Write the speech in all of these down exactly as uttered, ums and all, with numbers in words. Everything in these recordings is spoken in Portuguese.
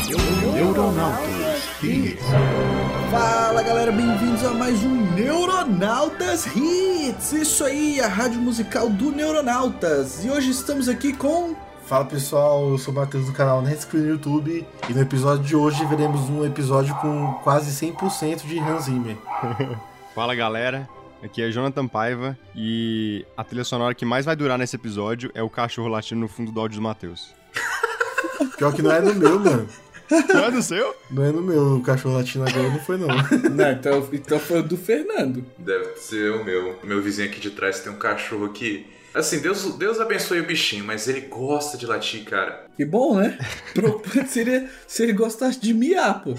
Neuronautas Hits. Fala galera, bem-vindos a mais um Neuronautas Hits. Isso aí, a rádio musical do Neuronautas. E hoje estamos aqui com... Fala pessoal, eu sou o Matheus do canal Netscreen no YouTube. E no episódio de hoje veremos um episódio com quase cem por cento de Hans Zimmer. Fala galera, aqui é Jonathan Paiva. E a trilha sonora que mais vai durar nesse episódio é o cachorro latindo no fundo do áudio do Matheus. Pior que não é no meu, mano. Não é do seu? Não é no meu, o cachorro latindo agora não foi não. Não, então, então foi o do Fernando. Deve ser o meu. O meu vizinho aqui de trás tem um cachorro que... Assim, Deus, Deus abençoe o bichinho, mas ele gosta de latir, cara. Que bom, né? Pro, se, ele, se ele gostasse de miar, pô.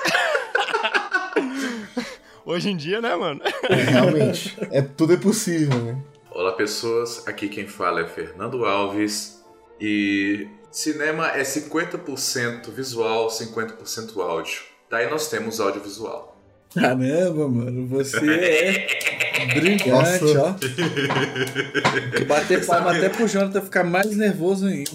Hoje em dia, né, mano? É, realmente, é, tudo é possível, né? Olá, pessoas. Aqui quem fala é Fernando Alves. E cinema é cinquenta por cento visual, cinquenta por cento áudio. Daí nós temos audiovisual. Caramba, mano, você é brilhante, Nossa. ó. Vou bater palma até pro Jonathan ficar mais nervoso ainda,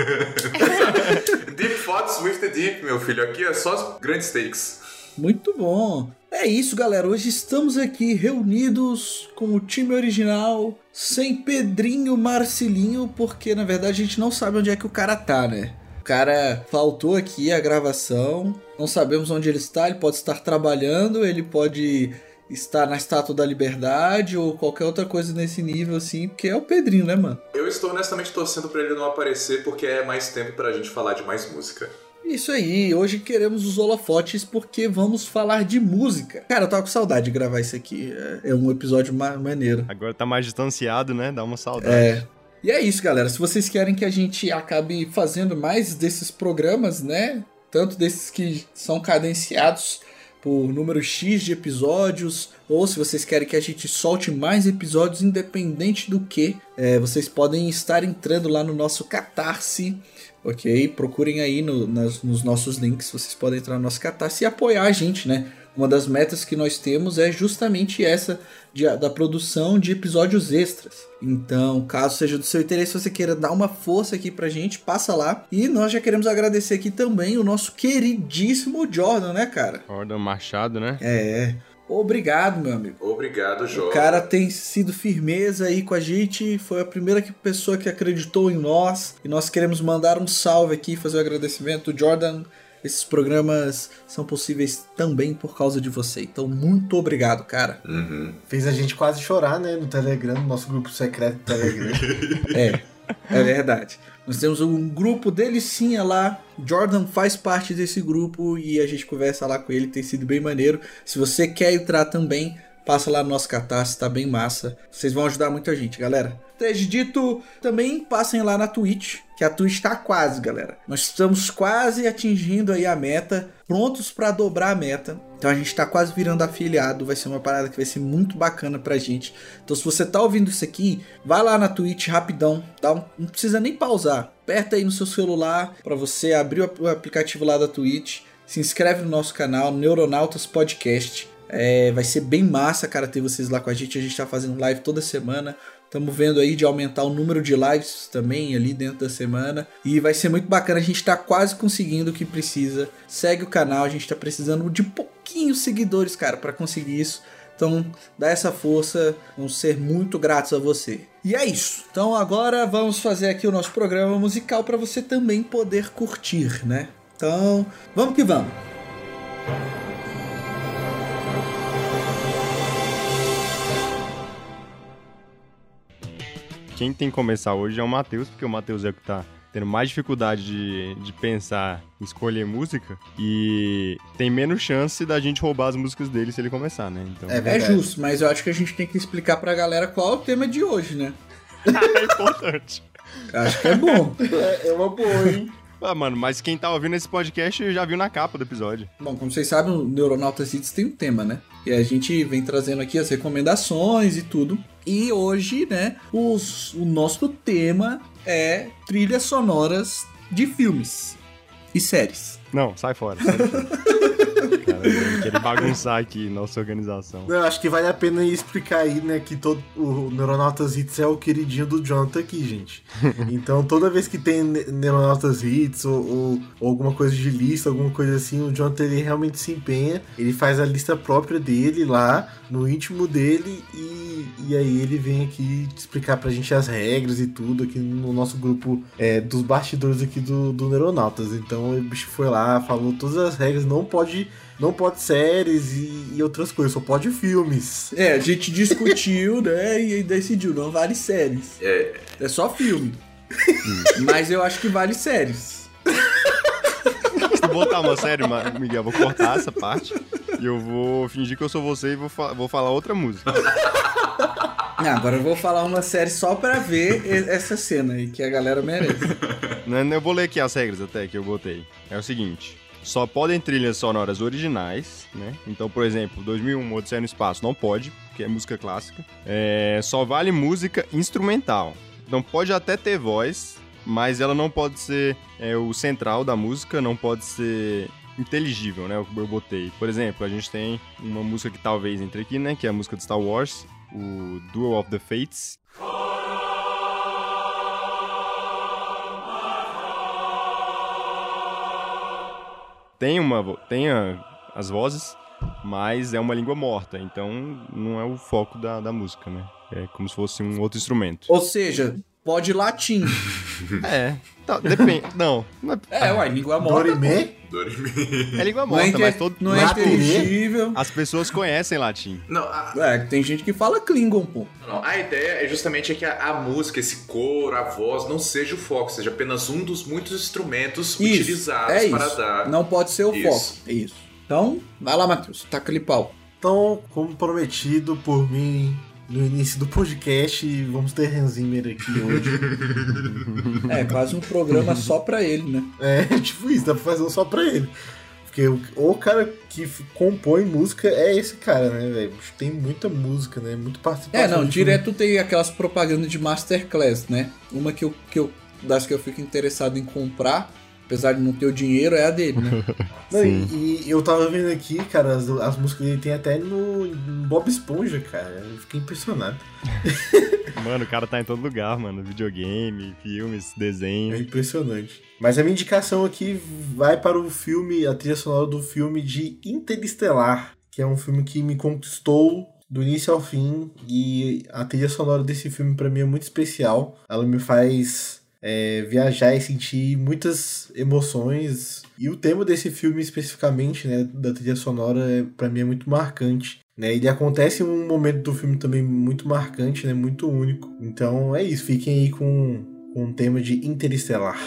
ó. Deep Thoughts with the Deep, meu filho. Aqui é só grandes takes. Muito bom. É isso, galera. Hoje estamos aqui reunidos com o time original, sem Pedrinho Marcelinho, porque na verdade a gente não sabe onde é que o cara tá, né? O cara faltou aqui a gravação, não sabemos onde ele está, ele pode estar trabalhando, ele pode estar na Estátua da Liberdade ou qualquer outra coisa nesse nível assim, porque é o Pedrinho, né, mano? Eu estou honestamente torcendo pra ele não aparecer, porque é mais tempo pra gente falar de mais música. Isso aí, hoje queremos os holofotes porque vamos falar de música. Cara, eu tava com saudade de gravar isso aqui, é um episódio ma- maneiro. Agora tá mais distanciado, né? Dá uma saudade. É. E é isso, galera. Se vocês querem que a gente acabe fazendo mais desses programas, né? Tanto desses que são cadenciados por número X de episódios, ou se vocês querem que a gente solte mais episódios, independente do que, é, vocês podem estar entrando lá no nosso Catarse, ok? Procurem aí no, nas, nos nossos links, vocês podem entrar no nosso Catarse e apoiar a gente, né? Uma das metas que nós temos é justamente essa de, da produção de episódios extras. Então, caso seja do seu interesse, se você queira dar uma força aqui pra gente, passa lá. E nós já queremos agradecer aqui também o nosso queridíssimo Jordan, né, cara? Jordan Machado, né? É, obrigado, meu amigo. Obrigado, Jorge. O cara tem sido firmeza aí com a gente, foi a primeira que- pessoa que acreditou em nós. E nós queremos mandar um salve aqui, fazer um agradecimento. Jordan, esses programas são possíveis também por causa de você. Então, muito obrigado, cara. Uhum. Fez a gente quase chorar, né, no Telegram, no nosso grupo secreto do Telegram. É, é verdade. Nós temos um grupo delicinha lá. Jordan faz parte desse grupo e a gente conversa lá com ele, tem sido bem maneiro. Se você quer entrar também, passa lá no nosso Catarse, tá bem massa. Vocês vão ajudar muito a gente, galera. Esteja dito, também passem lá na Twitch, que a Twitch tá quase, galera. Nós estamos quase atingindo aí a meta, prontos pra dobrar a meta. Então a gente tá quase virando afiliado, vai ser uma parada que vai ser muito bacana pra gente. Então se você tá ouvindo isso aqui, vai lá na Twitch rapidão, tá? Não precisa nem pausar. Aperta aí no seu celular pra você abrir o aplicativo lá da Twitch. Se inscreve no nosso canal, Neuronautas Podcast. É, vai ser bem massa, cara, ter vocês lá com a gente. A gente tá fazendo live toda semana. Estamos vendo aí de aumentar o número de lives também ali dentro da semana. E vai ser muito bacana, a gente tá quase conseguindo o que precisa. Segue o canal, a gente tá precisando de pouquinhos seguidores, cara, para conseguir isso. Então, dá essa força, vamos ser muito gratos a você. E é isso. Então agora vamos fazer aqui o nosso programa musical para você também poder curtir, né? Então, vamos que vamos. Quem tem que começar hoje é o Matheus, porque o Matheus é o que tá tendo mais dificuldade de, de pensar em escolher música e tem menos chance da gente roubar as músicas dele se ele começar, né? Então... É, é justo, mas eu acho que a gente tem que explicar pra galera qual é o tema de hoje, né? É importante. Acho que é bom. É, é uma boa, hein? Ah, mano, mas quem tá ouvindo esse podcast já viu na capa do episódio. Bom, como vocês sabem, o Neuronautas Hits tem um tema, né? E a gente vem trazendo aqui as recomendações e tudo. E hoje, né, os, o nosso tema é trilhas sonoras de filmes e séries. Não, sai fora. Sai fora. Cara, eu quero bagunçar aqui nossa organização. Não, acho que vale a pena explicar aí, né, que todo, o Neuronautas Hits é o queridinho do Jonathan aqui, gente. Então, toda vez que tem Neuronautas Hits ou, ou, ou alguma coisa de lista, alguma coisa assim, o Jonathan, ele realmente se empenha, ele faz a lista própria dele lá, no íntimo dele, e, e aí ele vem aqui explicar pra gente as regras e tudo aqui no nosso grupo é, dos bastidores aqui do, do Neuronautas. Então, o bicho foi lá, falou todas as regras, não pode... Não pode séries e, e outras coisas, só pode filmes. É, a gente discutiu, né, e decidiu, não vale séries. É, É só filme. Mas eu acho que vale séries. Se tu botar uma série, Ma- Miguel, eu vou cortar essa parte e eu vou fingir que eu sou você e vou, fa- vou falar outra música. Ah, agora eu vou falar uma série só pra ver e- essa cena aí, que a galera merece. Não, eu vou ler aqui as regras até que eu botei. É o seguinte... Só podem trilhas sonoras originais, né? Então, por exemplo, dois mil e um, Odisseia no Espaço, não pode, porque é música clássica. É, só vale música instrumental. Então, pode até ter voz, mas ela não pode ser é, o central da música, não pode ser inteligível, né? O que eu botei. Por exemplo, a gente tem uma música que talvez entre aqui, né? Que é a música de Star Wars, o Duel of the Fates. Tem, uma, tem a, as vozes, mas é uma língua morta, então não é o foco da, da música, né? É como se fosse um outro instrumento. Ou seja, pode latim. É, tá, depende. Não, não é, É, uai, língua morta. Dorime? Dorime. é língua Não é, morta, inte- mas todo, não é latim. inteligível. as pessoas conhecem latim. Não, a, É, tem gente que fala Klingon, pô. não, a ideia é justamente que a, a música, esse coro, a voz, não seja o foco, seja apenas um dos muitos instrumentos Isso, utilizados é para isso. dar. Não pode ser o Isso. foco. É isso. Então, vai lá, Matheus. Taca ali pau. Então, como prometido por mim no início do podcast, vamos ter Hans Zimmer aqui hoje. É, quase um programa só pra ele, né? É, tipo isso, dá pra fazer um só pra ele. Porque o, o cara que f- compõe música é esse cara, né, velho? Tem muita música, né? Muito participação. É, não, de direto tem aquelas propagandas de Masterclass, né? Uma que eu, que eu das que eu fico interessado em comprar, apesar de não ter o dinheiro, é a dele, né? Não, e, e eu tava vendo aqui, cara, as, as músicas dele tem até no, no Bob Esponja, cara. Eu fiquei impressionado. Mano, o cara tá em todo lugar, mano. Videogame, filmes, É desenho. impressionante. Mas a minha indicação aqui vai para o filme, a trilha sonora do filme de Interestelar, que é um filme que me conquistou do início ao fim, e a trilha sonora desse filme pra mim é muito especial. Ela me faz é, viajar e sentir muitas emoções, e o tema desse filme especificamente, né, da trilha sonora, é, pra mim é muito marcante. Né, ele acontece em um momento do filme também muito marcante, né, muito único. Então é isso, fiquem aí com, com o tema de Interestelar.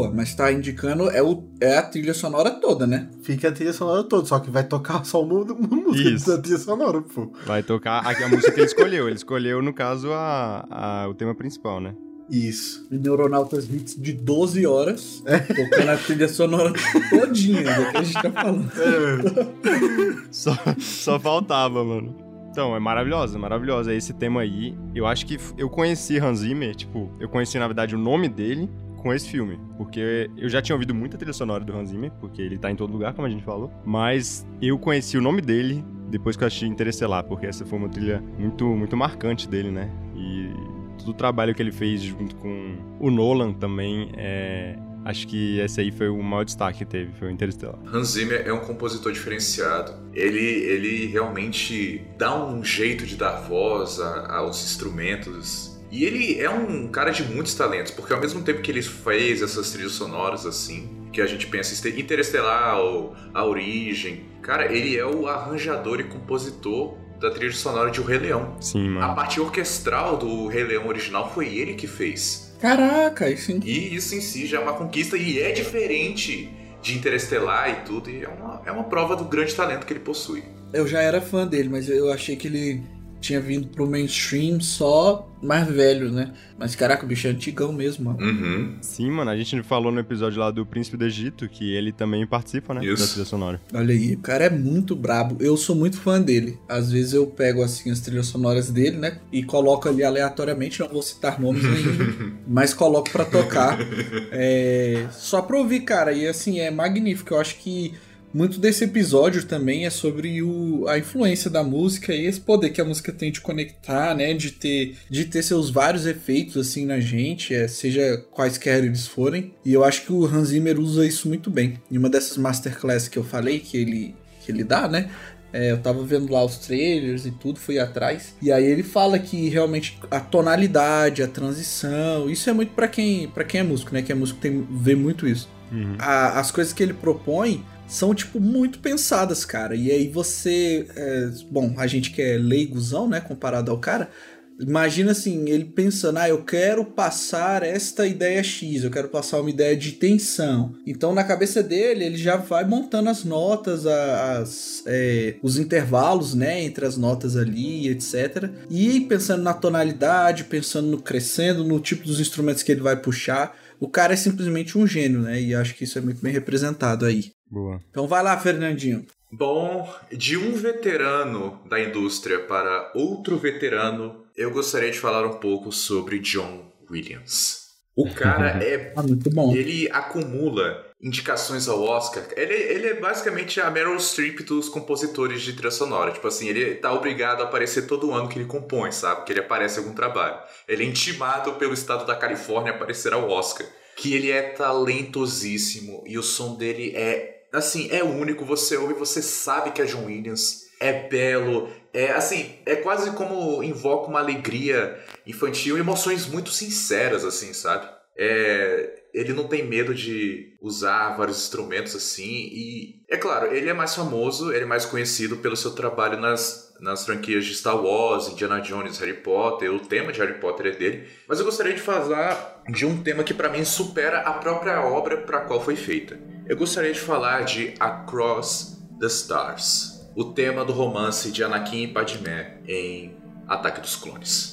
boa, mas tá indicando é, o, é a trilha sonora toda, né? Fica a trilha sonora toda, só que vai tocar só uma, uma música Isso. da trilha sonora, pô. Vai tocar a, a música que ele escolheu. Ele escolheu, no caso, a, a, o tema principal, né? Isso. Neuronautas Hits de doze horas, tocando a trilha sonora todinha, do que a gente tá falando. É. Só, só faltava, mano. Então, é maravilhosa, maravilhosa. Esse tema aí, eu acho que eu conheci Hans Zimmer, tipo, eu conheci, na verdade, o nome dele com esse filme. Porque eu já tinha ouvido muita trilha sonora do Hans Zimmer, porque ele tá em todo lugar, como a gente falou. Mas eu conheci o nome dele depois que eu achei Interestelar, porque essa foi uma trilha muito, muito marcante dele, né? E todo o trabalho que ele fez junto com o Nolan também, é... acho que esse aí foi o maior destaque que teve, foi o Interestelar. Hans Zimmer é um compositor diferenciado. Ele, ele realmente dá um jeito de dar voz a, aos instrumentos. E ele é um cara de muitos talentos, porque ao mesmo tempo que ele fez essas trilhas sonoras assim, que a gente pensa em Interestelar ou A Origem, cara, ele é o arranjador e compositor da trilha sonora de O Rei Leão. Sim, mano. A parte orquestral do Rei Leão original foi ele que fez. Caraca, isso sim. E isso em si já é uma conquista e é diferente de Interestelar e tudo. E é uma, é uma prova do grande talento que ele possui. Eu já era fã dele, mas eu achei que ele tinha vindo pro mainstream só mais velho, né? Mas caraca, o bicho é antigão mesmo, mano. Uhum. Sim, mano, a gente falou no episódio lá do Príncipe do Egito, que ele também participa, né? Isso. Da trilha sonora. Olha aí, o cara é muito brabo. Eu sou muito fã dele. Às vezes eu pego, assim, as trilhas sonoras dele, né? E coloco ali aleatoriamente, não vou citar nomes ainda, mas coloco pra tocar. É... Só pra ouvir, cara. E, assim, é magnífico. Eu acho que muito desse episódio também é sobre o, a influência da música e esse poder que a música tem de conectar, né? De ter, de ter seus vários efeitos, assim, na gente, é, seja quaisquer eles forem. E eu acho que o Hans Zimmer usa isso muito bem. Em uma dessas masterclasses que eu falei, que ele, que ele dá, né? É, eu tava vendo lá os trailers e tudo, fui atrás. E aí ele fala que realmente a tonalidade, a transição, isso é muito pra quem, pra quem é músico, né? Quem é músico tem, vê muito isso. Uhum. A, as coisas que ele propõe são, tipo, muito pensadas, cara. E aí você... É, bom, a gente que é leigozão, né? Comparado ao cara... Imagina assim, ele pensando, ah, eu quero passar esta ideia X, eu quero passar uma ideia de tensão. Então, na cabeça dele, ele já vai montando as notas, as, é, os intervalos, né, entre as notas ali, etcétera. E pensando na tonalidade, pensando no crescendo, no tipo dos instrumentos que ele vai puxar. O cara é simplesmente um gênio, né, e acho que isso é muito bem representado aí. Boa. Então vai lá, Fernandinho. Bom, de um veterano da indústria para outro veterano, eu gostaria de falar um pouco sobre John Williams. O cara é... Ah, muito bom. Ele acumula indicações ao Oscar. Ele, ele é basicamente a Meryl Streep dos compositores de trilha sonora. Tipo assim, ele tá obrigado a aparecer todo ano que ele compõe, sabe? Que ele aparece em algum trabalho. Ele é intimado pelo estado da Califórnia a aparecer ao Oscar. Que ele é talentosíssimo e o som dele é... Assim, é único, você ouve e você sabe que é John Williams, é belo, é assim, é quase como invoca uma alegria infantil e emoções muito sinceras, assim, sabe? É, ele não tem medo de usar vários instrumentos, assim, e... É claro, ele é mais famoso, ele é mais conhecido pelo seu trabalho nas, nas franquias de Star Wars, Indiana Jones, Harry Potter, o tema de Harry Potter é dele, mas eu gostaria de falar de um tema que pra mim supera a própria obra pra qual foi feita. Eu gostaria de falar de Across the Stars, o tema do romance de Anakin e Padmé em Ataque dos Clones.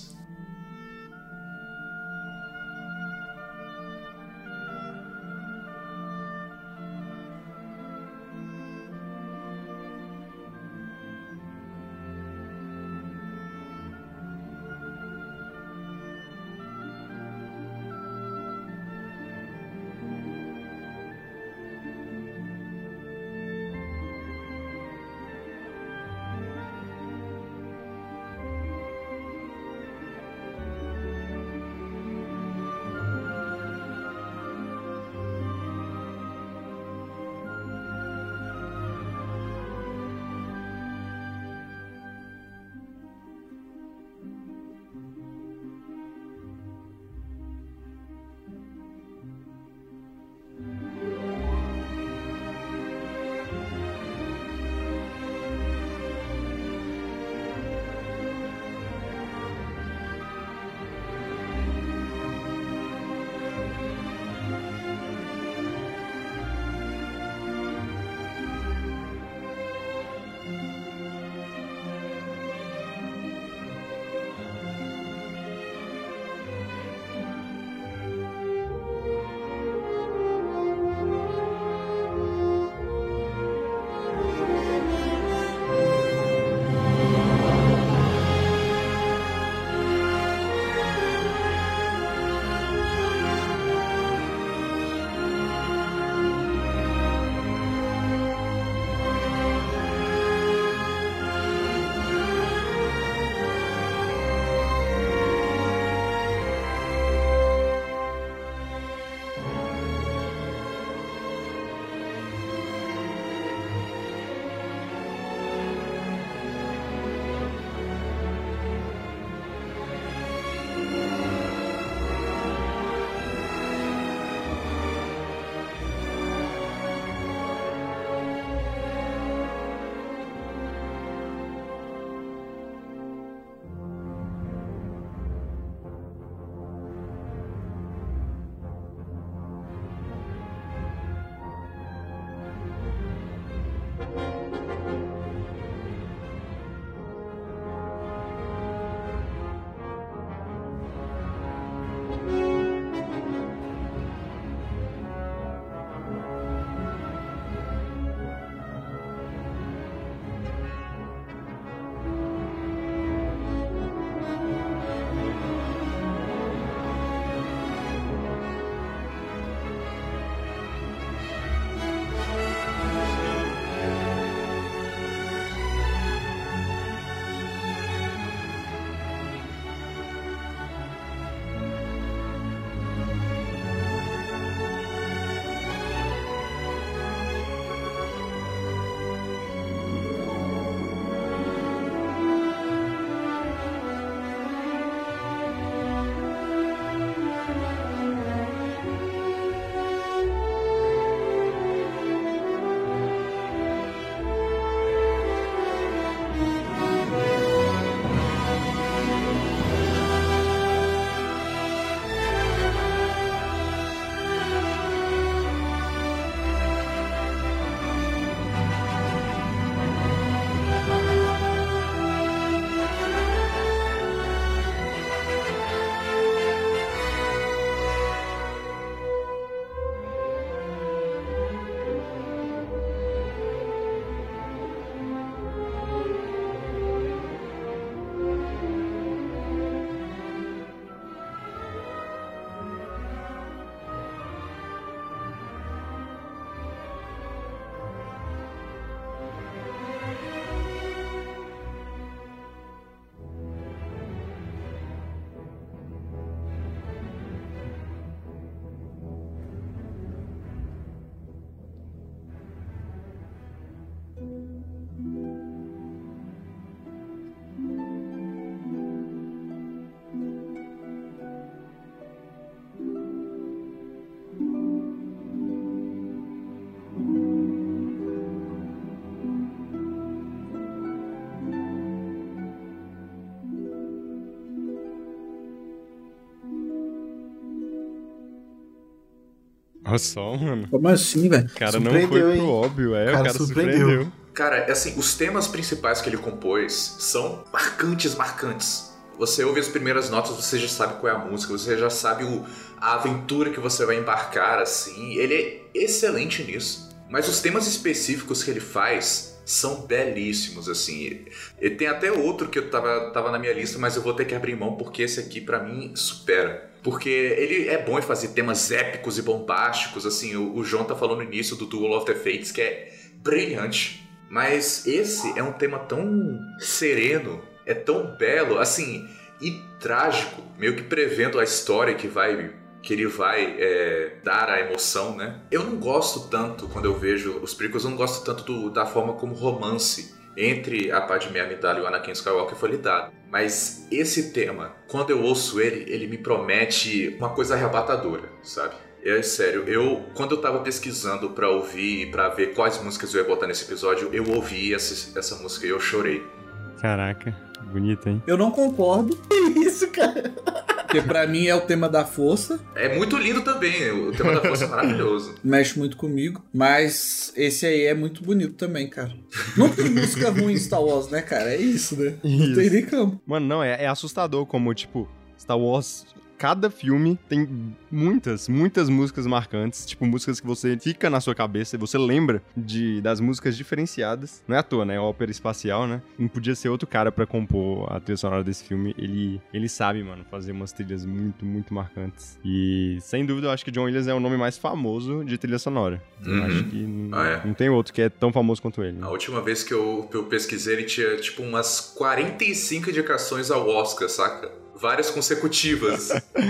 Olha só, mano. Como assim, velho? O cara não foi pro hein? óbvio, é, O cara o cara surpreendeu. surpreendeu. Cara, assim, os temas principais que ele compôs são marcantes, marcantes. Você ouve as primeiras notas, você já sabe qual é a música, você já sabe o, a aventura que você vai embarcar, assim. Ele é excelente nisso. Mas os temas específicos que ele faz são belíssimos, assim. E tem até outro que eu tava, tava na minha lista, mas eu vou ter que abrir mão porque esse aqui, pra mim, supera. Porque ele é bom em fazer temas épicos e bombásticos, assim. O, o João tá falando no início do Duel of the Fates, que é brilhante. Mas esse é um tema tão sereno, é tão belo, assim, e trágico, meio que prevendo a história que vai... que ele vai é, dar a emoção, né? Eu não gosto tanto, quando eu vejo os prequels, eu não gosto tanto do, da forma como o romance entre a Padmé Amidala e o Anakin Skywalker foi lidado. Mas esse tema, quando eu ouço ele, ele me promete uma coisa arrebatadora, sabe? É sério, eu, quando eu tava pesquisando pra ouvir e pra ver quais músicas eu ia botar nesse episódio, eu ouvi essa, essa música e eu chorei. Caraca, bonito, hein? Eu não concordo, Que isso, cara? porque pra mim é o tema da força, É muito lindo também, o tema da força é maravilhoso. mexe muito comigo, mas esse aí é muito bonito também, cara. Não tem música ruim em Star Wars, né, cara? É isso, né? Não Isso. tem nem campo. Mano, não, é, é assustador como, tipo, Star Wars... Cada filme tem muitas, muitas músicas marcantes, tipo, músicas que você fica na sua cabeça e você lembra de, das músicas diferenciadas. Não é à toa, né? É ópera espacial, né? Não podia ser outro cara pra compor a trilha sonora desse filme. Ele, ele sabe, mano, fazer umas trilhas muito, muito marcantes. E, sem dúvida, eu acho que John Williams é o nome mais famoso de trilha sonora. Eu Uhum. acho que não, Ah, é? não tem outro que é tão famoso quanto ele. Né? A última vez que eu, que eu pesquisei, ele tinha, tipo, umas quarenta e cinco indicações ao Oscar, saca? Várias consecutivas.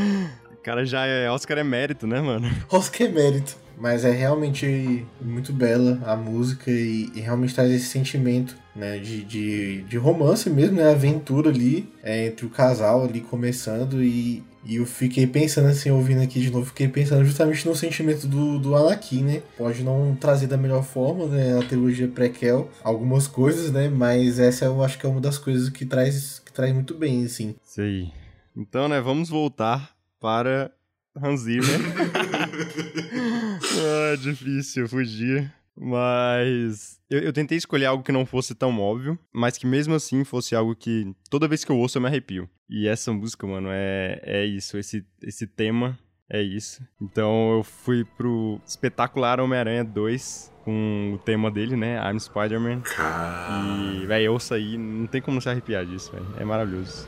O cara já é... Oscar é mérito, né, mano? Oscar é mérito. Mas é realmente muito bela a música e, e realmente traz esse sentimento, né, de, de, de romance mesmo, né, aventura ali, é, entre o casal ali começando e, e eu fiquei pensando assim, ouvindo aqui de novo, fiquei pensando justamente no sentimento do, do Anakin, né, pode não trazer da melhor forma, né, a trilogia prequel, algumas coisas, né, mas essa eu acho que é uma das coisas que traz, que traz muito bem, assim. Isso aí. Então, né, vamos voltar para Hans Zimmer. Ah, difícil fugir. Mas eu, eu tentei escolher algo que não fosse tão óbvio, mas que mesmo assim fosse algo que toda vez que eu ouço eu me arrepio. E essa música, mano, é, é isso. Esse, esse tema é isso. Então eu fui pro espetacular Homem-Aranha dois com o tema dele, né? I'm Spider-Man. Cara... E, véi, ouça aí, não tem como não se arrepiar disso, véi. É maravilhoso.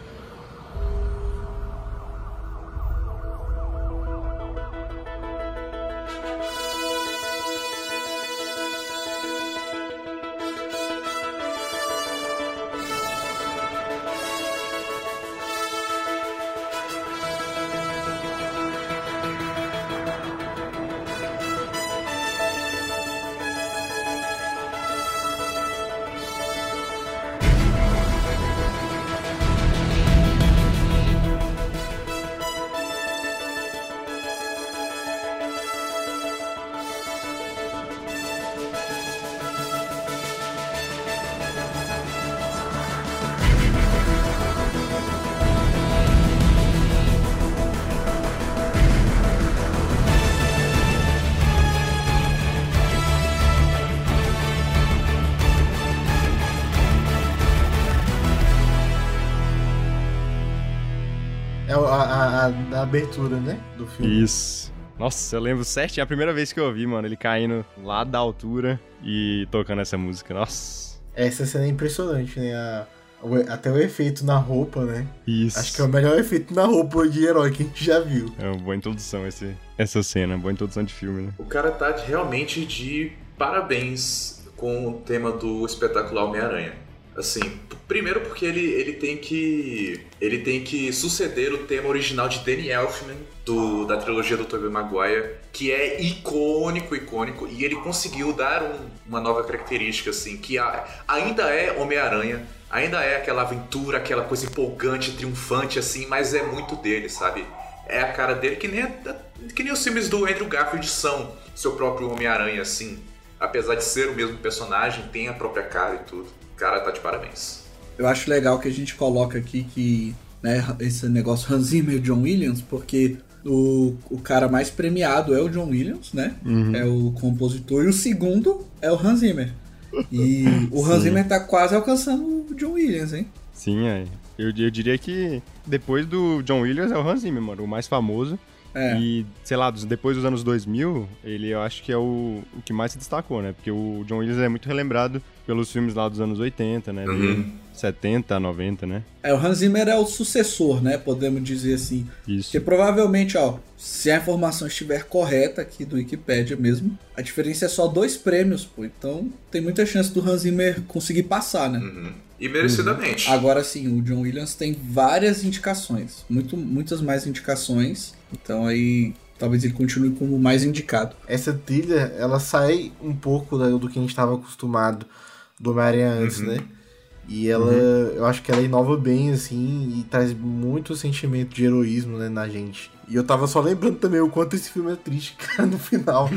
É a, a, a, a abertura, né, do filme. Isso. Nossa, eu lembro certinho, é a primeira vez que eu ouvi, mano, ele caindo lá da altura e tocando essa música. Nossa. Essa cena é impressionante, né? A, o, até o efeito na roupa, né? Isso. Acho que é o melhor efeito na roupa de herói que a gente já viu. É uma boa introdução esse, essa cena, boa introdução de filme, né? O cara tá realmente de parabéns com o tema do espetacular Homem-Aranha. Assim, p- primeiro porque ele, ele tem que ele tem que suceder o tema original de Danny Elfman do, da trilogia do Tobey Maguire, que é icônico, icônico, e ele conseguiu dar um, uma nova característica, assim, que a, ainda é Homem-Aranha, ainda é aquela aventura, aquela coisa empolgante, triunfante, assim, mas é muito dele, sabe? É a cara dele, que nem, a, que nem os filmes do Andrew Garfield são, seu próprio Homem-Aranha, assim. Apesar de ser o mesmo personagem, tem a própria cara e tudo. O cara tá de parabéns. Eu acho legal que a gente coloca aqui que, né, esse negócio Hans Zimmer e John Williams, porque O, o cara mais premiado é o John Williams, né? Uhum. É o compositor. E o segundo é o Hans Zimmer. E o Hans Sim. Zimmer tá quase alcançando o John Williams, hein? Sim, é. Eu, eu diria que depois do John Williams é o Hans Zimmer, mano, o mais famoso. É. E, sei lá, dos- depois dos anos dois mil, ele eu acho que é o, o que mais se destacou, né? Porque o John Williams é muito relembrado pelos filmes lá dos anos oitenta, né? Uhum. De setenta a noventa, né? É, o Hans Zimmer é o sucessor, né? Podemos dizer assim. Isso. Porque provavelmente, ó, se a informação estiver correta aqui do Wikipedia mesmo, a diferença é só dois prêmios, pô. Então tem muita chance do Hans Zimmer conseguir passar, né? Uhum. E merecidamente. Agora sim, o John Williams tem várias indicações, muito, muitas mais indicações. Então aí talvez ele continue como o mais indicado. Essa trilha, ela sai um pouco da- do que a gente estava acostumado do Homem-Aranha antes, Uhum. né? E ela, eu acho que ela inova bem, assim, e traz muito sentimento de heroísmo, né, na gente. E eu tava só lembrando também o quanto esse filme é triste, cara, no final.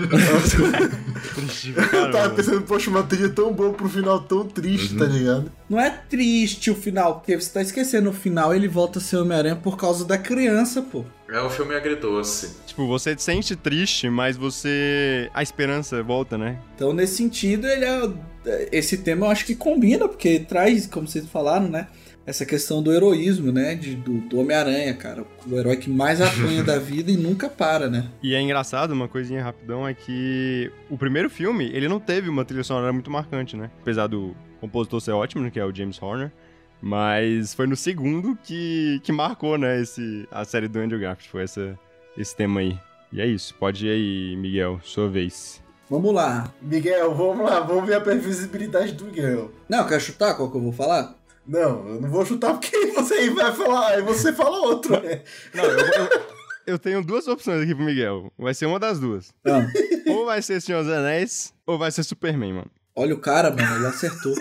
Triste, Eu cara, tava mano. pensando, poxa, uma trilha tão boa pro final tão triste, tá ligado? Não é triste o final, porque você tá esquecendo, no final ele volta a ser Homem-Aranha por causa da criança, pô. É um filme agridoce. Tipo, você se sente triste, mas você... A esperança volta, né? Então, nesse sentido, ele é. Esse tema eu acho que combina, porque traz, como vocês falaram, né? Essa questão do heroísmo, né? De, do, do Homem-Aranha, cara. O herói que mais apanha da vida e nunca para, né? E é engraçado, uma coisinha rapidão, é que o primeiro filme, ele não teve uma trilha sonora muito marcante, né? Apesar do compositor ser ótimo, né, que é o James Horner. Mas foi no segundo que, que marcou, né, esse, a série do Andrew Garfield. Foi essa, esse tema aí. E é isso. Pode ir aí, Miguel. Sua vez. Vamos lá. Miguel, vamos lá, vamos ver a previsibilidade do Miguel. Não, quer chutar qual que eu vou falar? Não, eu não vou chutar porque você aí vai falar, aí você fala outro, né? Não, eu, eu, eu tenho duas opções aqui pro Miguel. Vai ser uma das duas. Ah, Ou vai ser Senhor dos Anéis, ou vai ser Superman, mano. olha o cara, mano, ele acertou.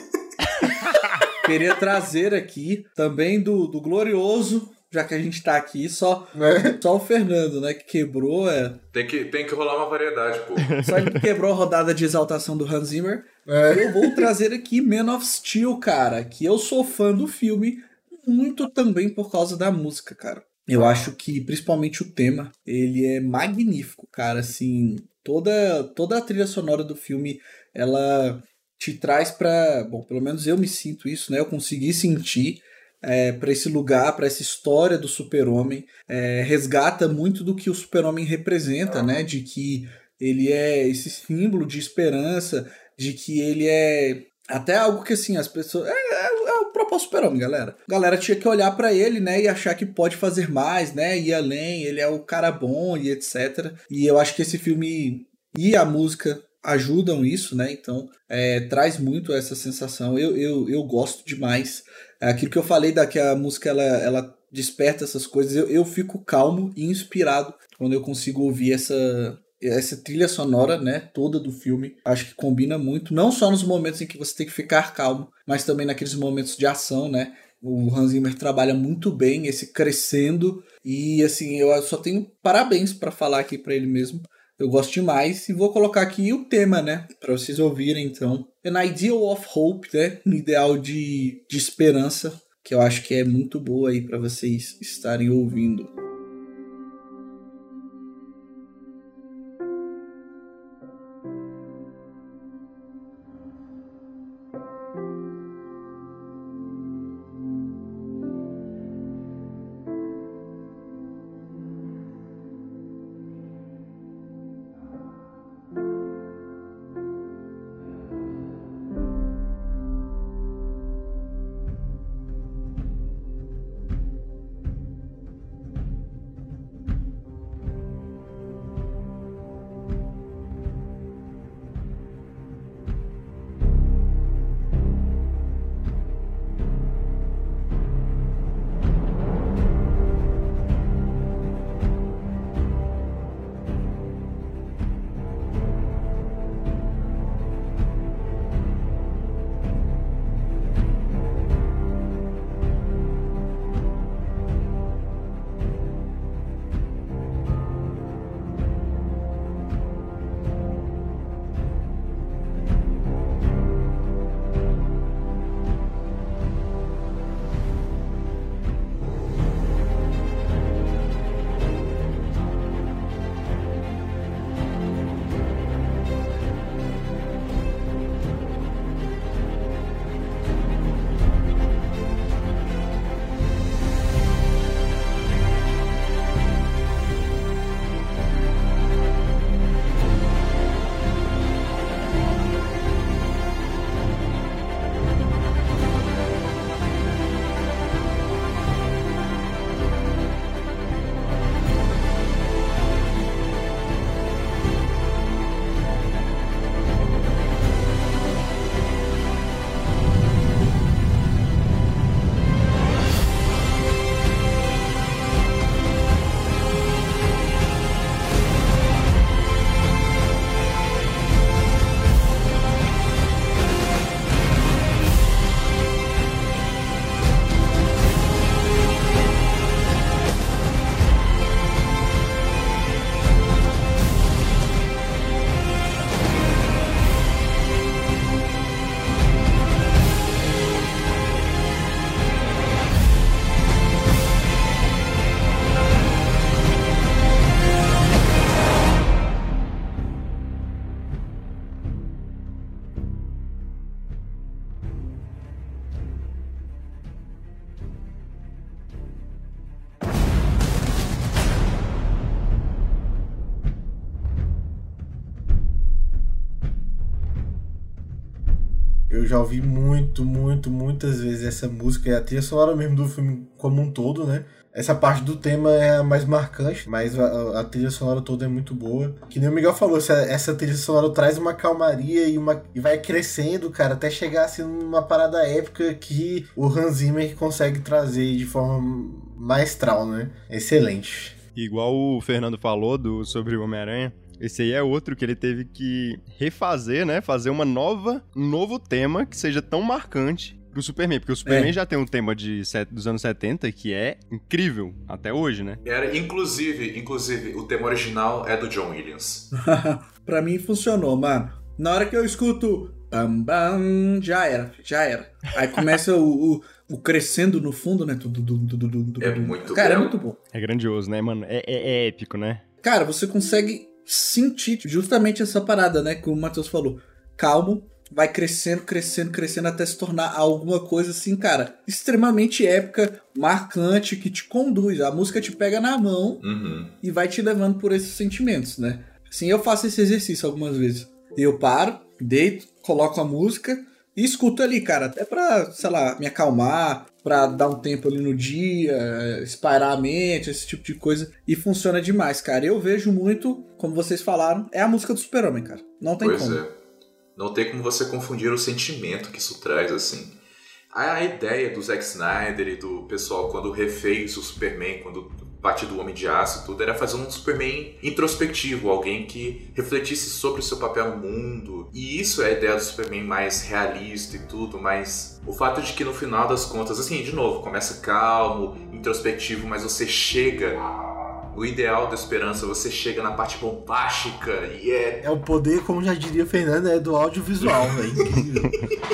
Queria trazer aqui também do, do glorioso, já que a gente tá aqui, só, Né? só o Fernando, né, que quebrou, é, Tem que, tem que rolar uma variedade, pô. só ele que quebrou a rodada de exaltação do Hans Zimmer. É. Eu vou trazer aqui Man of Steel, cara, que eu sou fã do filme, muito também por causa da música, cara. Eu acho que, principalmente o tema, ele é magnífico, cara, assim, toda, toda a trilha sonora do filme, ela te traz pra, bom, pelo menos eu me sinto isso, né, eu consegui sentir é, para esse lugar, para essa história do super-homem, é, resgata muito do que o super-homem representa, né, de que ele é esse símbolo de esperança, de que ele é até algo que, assim, as pessoas... É, é, é o próprio super-homem, galera. A galera tinha que olhar pra ele, né, e achar que pode fazer mais, né, ir além, ele é o cara bom e etcétera. E eu acho que esse filme e a música ajudam isso, né, então é, traz muito essa sensação. Eu, eu, eu gosto demais. É aquilo que eu falei, da que a música, ela, ela desperta essas coisas. Eu, eu fico calmo e inspirado quando eu consigo ouvir essa... essa trilha sonora, né, toda do filme, acho que combina muito, não só nos momentos em que você tem que ficar calmo, mas também naqueles momentos de ação, né, o Hans Zimmer trabalha muito bem esse crescendo, e assim, eu só tenho parabéns para falar aqui para ele mesmo, eu gosto demais, e vou colocar aqui o tema, né, para vocês ouvirem, então, An Ideal of Hope, né, um ideal de, de esperança, que eu acho que é muito boa aí para vocês estarem ouvindo. eu já ouvi muito, muito, muitas vezes essa música, e a trilha sonora mesmo do filme como um todo, né? Essa parte do tema é a mais marcante, mas a, a trilha sonora toda é muito boa. Que nem o Miguel falou, essa, essa trilha sonora traz uma calmaria e, uma, e vai crescendo, cara, até chegar assim numa parada épica que o Hans Zimmer consegue trazer de forma maestral, né? Excelente. Igual o Fernando falou do, sobre o Homem-Aranha, esse aí é outro que ele teve que refazer, né? Fazer uma nova, um novo tema que seja tão marcante pro Superman, porque o Superman é. já tem um tema de, dos anos setenta que é incrível até hoje, né? Era, inclusive, inclusive, o tema original é do John Williams. Pra mim funcionou, mano. Na hora que eu escuto bam, bam, já era, já era. Aí começa o, o, o crescendo no fundo, né? Tudo, tudo, tudo, tudo, é muito bom. Cara, é muito bom. É grandioso, né, mano? É, é, é épico, né? Cara, você consegue sentir justamente essa parada, né? Que o Matheus falou. Calmo. Vai crescendo, crescendo, crescendo até se tornar alguma coisa assim, cara, extremamente épica, marcante, que te conduz. A música te pega na mão uhum. e vai te levando por esses sentimentos, né? Assim, eu faço esse exercício algumas vezes. Eu paro, deito, coloco a música e escuto ali, cara, até pra, sei lá, me acalmar, pra dar um tempo ali no dia, espairar a mente, esse tipo de coisa. E funciona demais, cara. Eu vejo muito, como vocês falaram, é a música do Super-Homem, cara. Não tem pois como. É. Não tem como você confundir o sentimento que isso traz, assim. A ideia do Zack Snyder e do pessoal quando refez o Superman, quando parte do Homem de Aço e tudo, era fazer um Superman introspectivo, alguém que refletisse sobre o seu papel no mundo. E isso é a ideia do Superman mais realista e tudo, mas o fato de que no final das contas, assim, de novo, começa calmo, introspectivo, mas você chega... O ideal da esperança, você chega na parte bombástica e é... É o poder, como já diria Fernando, é do audiovisual, velho. Incrível.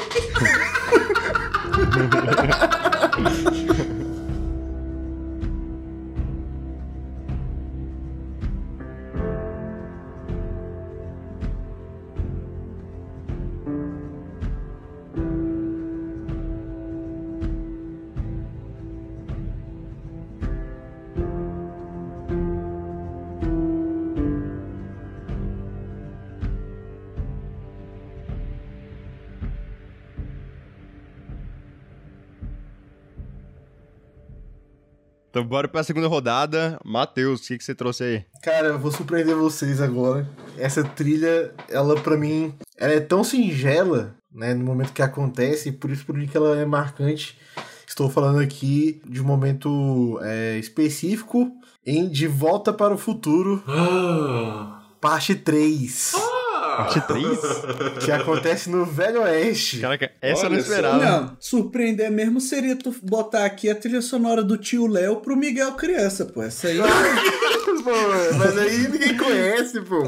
Então bora pra segunda rodada. Matheus, o que, que você trouxe aí? Cara, eu vou surpreender vocês agora. Essa trilha, ela pra mim, ela é tão singela, né, no momento que acontece, e por isso por que ela é marcante. Estou falando aqui de um momento é, específico em De Volta para o Futuro, parte três. Parte três? Que acontece no Velho Oeste. Caraca, essa Olha eu não esperava. Não, surpreender mesmo seria tu botar aqui a trilha sonora do tio Léo pro Miguel criança, pô. Essa aí... Pô, mas aí ninguém conhece, pô.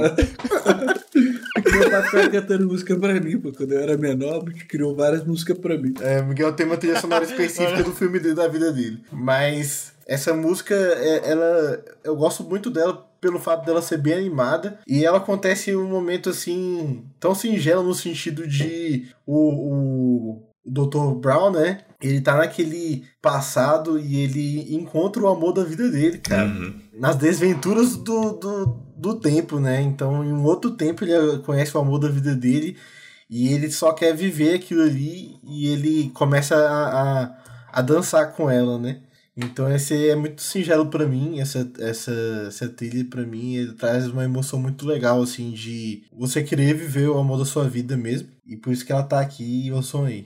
Meu pai ficava cantando música pra mim, pô. Quando eu era menor, ele criou várias músicas pra mim. É, Miguel tem uma trilha sonora específica do filme dele, da vida dele. Mas essa música, ela, eu gosto muito dela pelo fato dela ser bem animada, e ela acontece em um momento assim tão singelo no sentido de o, o doutor Brown, né, ele tá naquele passado e ele encontra o amor da vida dele, cara, uhum. nas desventuras do, do, do tempo, né, então em um outro tempo ele conhece o amor da vida dele e ele só quer viver aquilo ali e ele começa a, a, a dançar com ela, né. Então esse é muito singelo pra mim, essa, essa, essa trilha pra mim, ele traz uma emoção muito legal, assim, de você querer viver o amor da sua vida mesmo, e por isso que ela tá aqui e eu sonhei.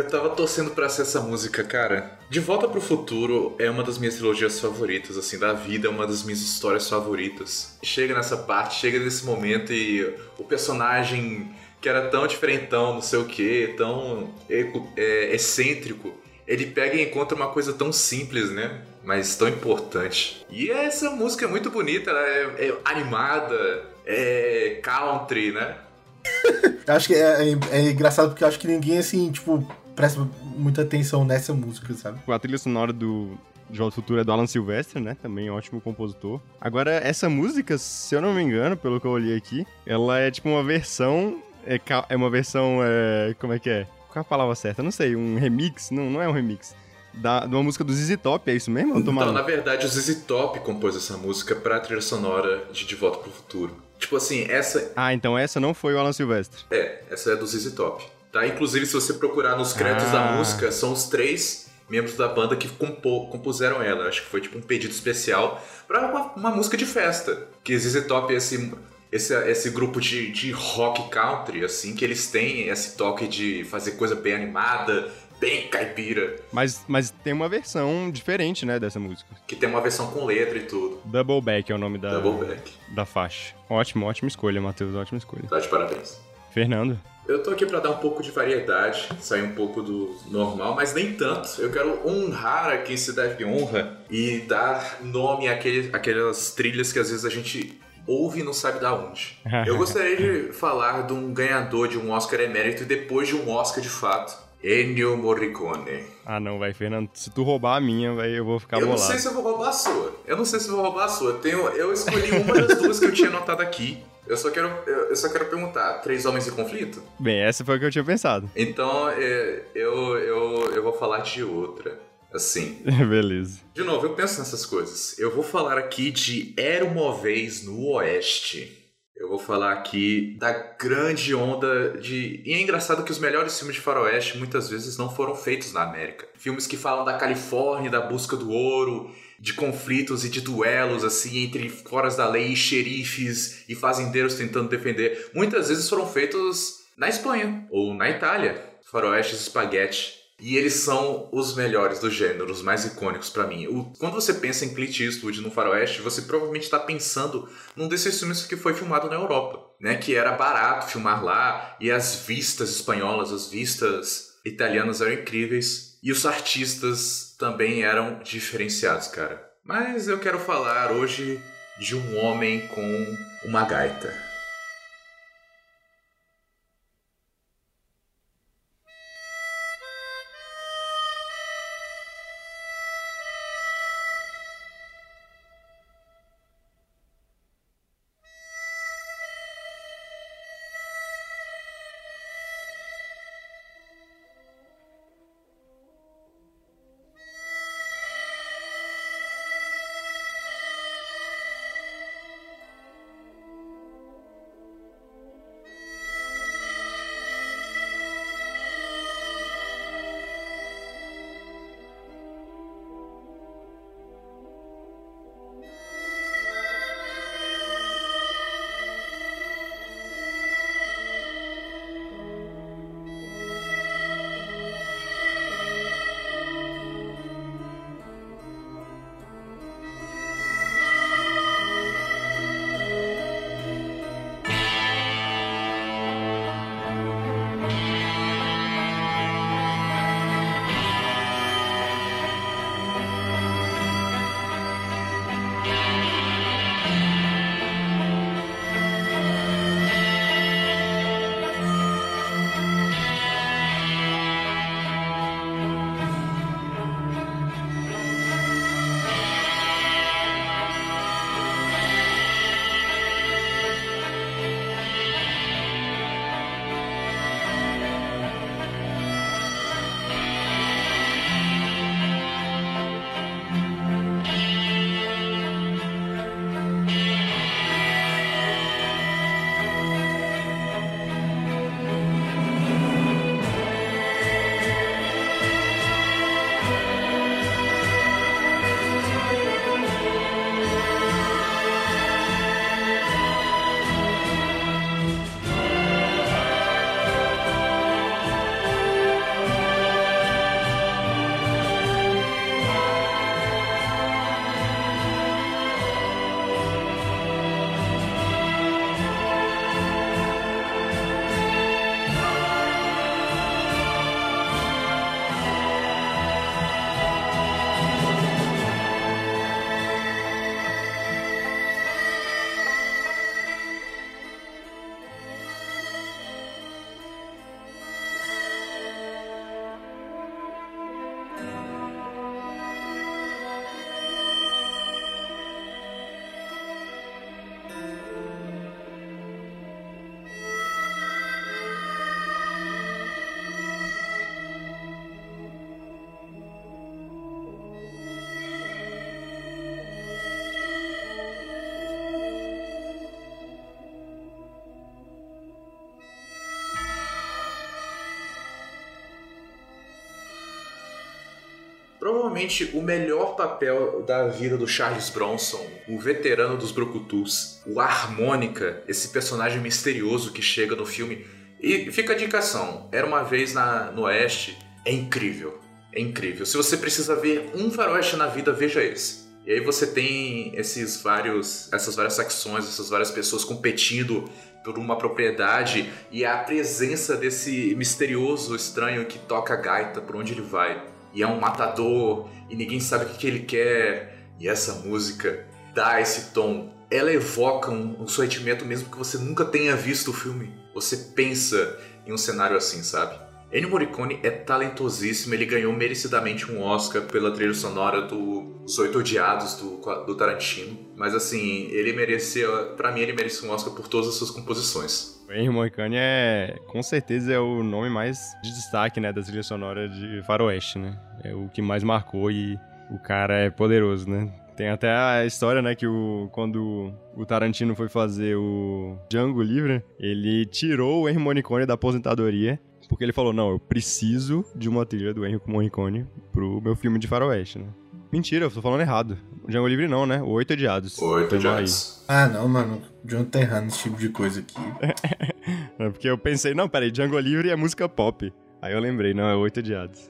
Eu tava torcendo pra ser essa música, cara. De Volta pro Futuro é uma das minhas trilogias favoritas, assim, da vida, é uma das minhas histórias favoritas. Chega nessa parte, chega nesse momento e o personagem que era tão diferentão, não sei o que, tão é, excêntrico, ele pega e encontra uma coisa tão simples, né? Mas tão importante. E essa música é muito bonita, ela é, é animada, é country, né? Eu acho que é, é, é engraçado porque eu acho que ninguém, assim, tipo, presta muita atenção nessa música, sabe? A trilha sonora do De Volta ao Futuro é do Alan Silvestre, né? Também ótimo compositor. Agora, essa música, se eu não me engano, pelo que eu olhei aqui, ela é tipo uma versão... É, é uma versão... É, como é que é? Qual é a palavra certa? Eu não sei. Um remix? Não, não é um remix. Da, de uma música do Z Z Top, é isso mesmo? Eu tô então, maluco? na verdade, o Z Z Top compôs essa música pra trilha sonora de De Volta pro Futuro. Tipo assim, essa... Ah, então essa não foi o Alan Silvestre. É, essa é do Z Z Top. Tá? Inclusive, se você procurar nos créditos Ah. da música, são os três membros da banda que compô, compuseram ela. Eu acho que foi tipo um pedido especial pra uma, uma música de festa. Que Z Z Top é esse... Esse, esse grupo de, de rock country, assim, que eles têm esse toque de fazer coisa bem animada, bem caipira. Mas, mas tem uma versão diferente, né, dessa música. Que tem uma versão com letra e tudo. Double Back é o nome da, Double Back. da faixa. Ótimo, ótima escolha, Matheus, ótima escolha. Tá de parabéns. Fernando? Eu tô aqui pra dar um pouco de variedade, sair um pouco do normal, mas nem tanto. Eu quero honrar a quem se deve honra e dar nome àquele, àquelas trilhas que às vezes a gente... ouve e não sabe da onde. Eu gostaria de falar de um ganhador de um Oscar emérito e depois de um Oscar de fato, Ennio Morricone. Ah não, vai, Fernando, se tu roubar a minha, vai, eu vou ficar Eu bolado. não sei se eu vou roubar a sua. Eu não sei se eu vou roubar a sua. Eu, tenho, eu escolhi uma das duas que eu tinha anotado aqui. Eu só quero, eu, eu só quero perguntar, Três Homens em Conflito? Bem, essa foi a que eu tinha pensado. Então, é, eu, eu, eu vou falar de outra. Assim. Beleza. De novo, eu penso nessas coisas. Eu vou falar aqui de Era Uma Vez no Oeste. Eu vou falar aqui da grande onda de... E é engraçado que os melhores filmes de faroeste muitas vezes não foram feitos na América. Filmes que falam da Califórnia, da busca do ouro, de conflitos e de duelos, assim, entre foras da lei e xerifes e fazendeiros tentando defender. Muitas vezes foram feitos na Espanha ou na Itália. Faroestes espaguete. E eles são os melhores do gênero, os mais icônicos pra mim. O, quando você pensa em Clint Eastwood no faroeste, você provavelmente está pensando num desses filmes que foi filmado na Europa, né? Que era barato filmar lá, e as vistas espanholas, as vistas italianas eram incríveis. E os artistas também eram diferenciados, cara. Mas eu quero falar hoje de um homem com uma gaita. Provavelmente o melhor papel da vida do Charles Bronson, o veterano dos brucutus, o harmônica, esse personagem misterioso que chega no filme. E fica a indicação, Era Uma Vez na, no Oeste, é incrível, é incrível. Se você precisa ver um faroeste na vida, veja esse. E aí você tem esses vários, essas várias secções, essas várias pessoas competindo por uma propriedade e a presença desse misterioso estranho que toca a gaita por onde ele vai. E é um matador, e ninguém sabe o que, que ele quer. E essa música dá esse tom. Ela evoca um, um sentimento mesmo que você nunca tenha visto o filme. Você pensa em um cenário assim, sabe? Ennio Morricone é talentosíssimo. Ele ganhou merecidamente um Oscar pela trilha sonora dos Oito Odiados do, do Tarantino. Mas assim, ele merecia... Pra mim, ele merecia um Oscar por todas as suas composições. O Ennio Morricone é, com certeza, é o nome mais de destaque, né, da trilha sonora de Faroeste, né? É o que mais marcou e o cara é poderoso, né? Tem até a história, né, que o, quando o Tarantino foi fazer o Django Livre, ele tirou o Ennio Morricone da aposentadoria, porque ele falou, não, eu preciso de uma trilha do Ennio Morricone pro meu filme de Faroeste, né? Mentira, eu tô falando errado. O Django Livre não, né? O Oito Odiados. Oito Odiados. Ah, não, mano. O John tá errando esse tipo de coisa aqui. É porque eu pensei, não, peraí, Django Livre é música pop. Aí eu lembrei, não, é Oito Odiados.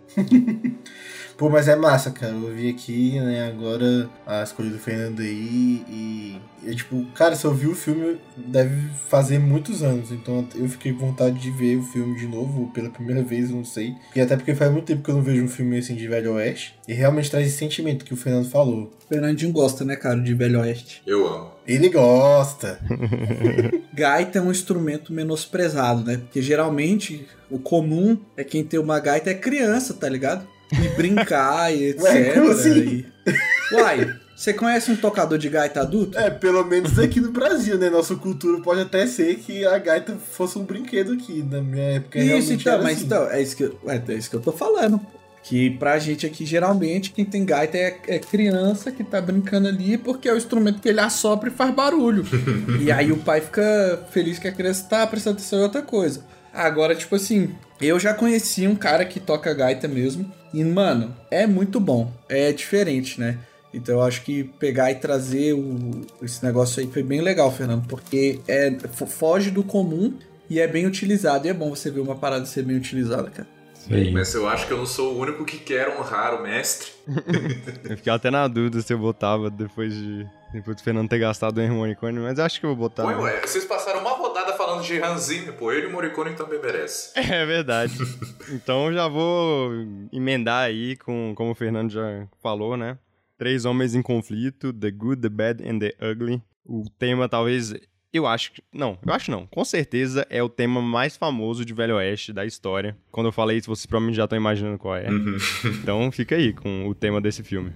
Pô, mas é massa, cara. Eu vi aqui, né, agora a escolha do Fernando aí e... É tipo, cara, se eu vi o filme, deve fazer muitos anos. Então eu fiquei com vontade de ver o filme de novo, pela primeira vez, não sei. E até porque faz muito tempo que eu não vejo um filme assim de Velho Oeste. E realmente traz esse sentimento que o Fernando falou. O Fernandinho gosta, né, cara, de Velho Oeste. Eu amo. Ele gosta. Gaita é um instrumento menosprezado, né? Porque geralmente o comum é quem tem uma gaita é criança, tá ligado? E brincar e etcétera. Ué, como assim? E... Uai, você conhece um tocador de gaita adulto? É, pelo menos aqui no Brasil, né? Nossa cultura pode até ser que a gaita fosse um brinquedo aqui. Na minha época, Isso, realmente então, era mas assim. então, é isso, que, eu- ué, é isso que eu tô falando. Que pra gente aqui, geralmente, quem tem gaita é, é criança que tá brincando ali porque é o instrumento que ele assopra e faz barulho. E aí o pai fica feliz que a criança tá prestando atenção em outra coisa. Agora, tipo assim, eu já conheci um cara que toca gaita mesmo. E, mano, é muito bom. É diferente, né? Então eu acho que pegar e trazer o, esse negócio aí foi bem legal, Fernando. Porque é, fo- foge do comum e é bem utilizado. E é bom você ver uma parada ser bem utilizada, cara. Sim. Mas eu acho que eu não sou o único que quer honrar o mestre. Eu fiquei até na dúvida se eu botava depois de... Depois do Fernando ter gastado o Ennio Morricone, mas acho que eu vou botar. Pô, né? ué, vocês passaram uma rodada falando de Hans Zimmer, pô. Ele e o Morricone também merece. É verdade. Então já vou emendar aí com, como o Fernando já falou, né? Três Homens em Conflito, The Good, The Bad and The Ugly. O tema talvez, eu acho, que- não, eu acho não, com certeza é o tema mais famoso de Velho Oeste da história. Quando eu falei isso, vocês provavelmente já estão imaginando qual é. Então fica aí com o tema desse filme.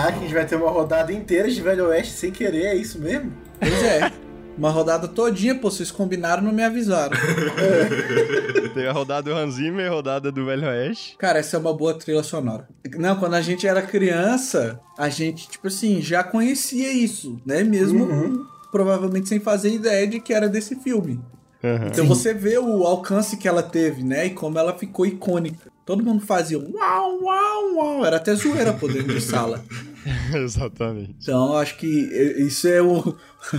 Caraca, a gente vai ter uma rodada inteira de Velho Oeste sem querer, é isso mesmo? Pois é. Uma rodada todinha, pô, vocês combinaram e não me avisaram. É. Teve a rodada do Hans Zimmer e a rodada do Velho Oeste. Cara, essa é uma boa trilha sonora. Não, quando a gente era criança, a gente, tipo assim, já conhecia isso, né? Mesmo uhum. provavelmente sem fazer ideia de que era desse filme. Uhum. Então Sim. você vê o alcance que ela teve, né? E como ela ficou icônica. Todo mundo fazia uau, uau, uau. Era até zoeira por dentro de sala. Exatamente. Então, acho que isso é o,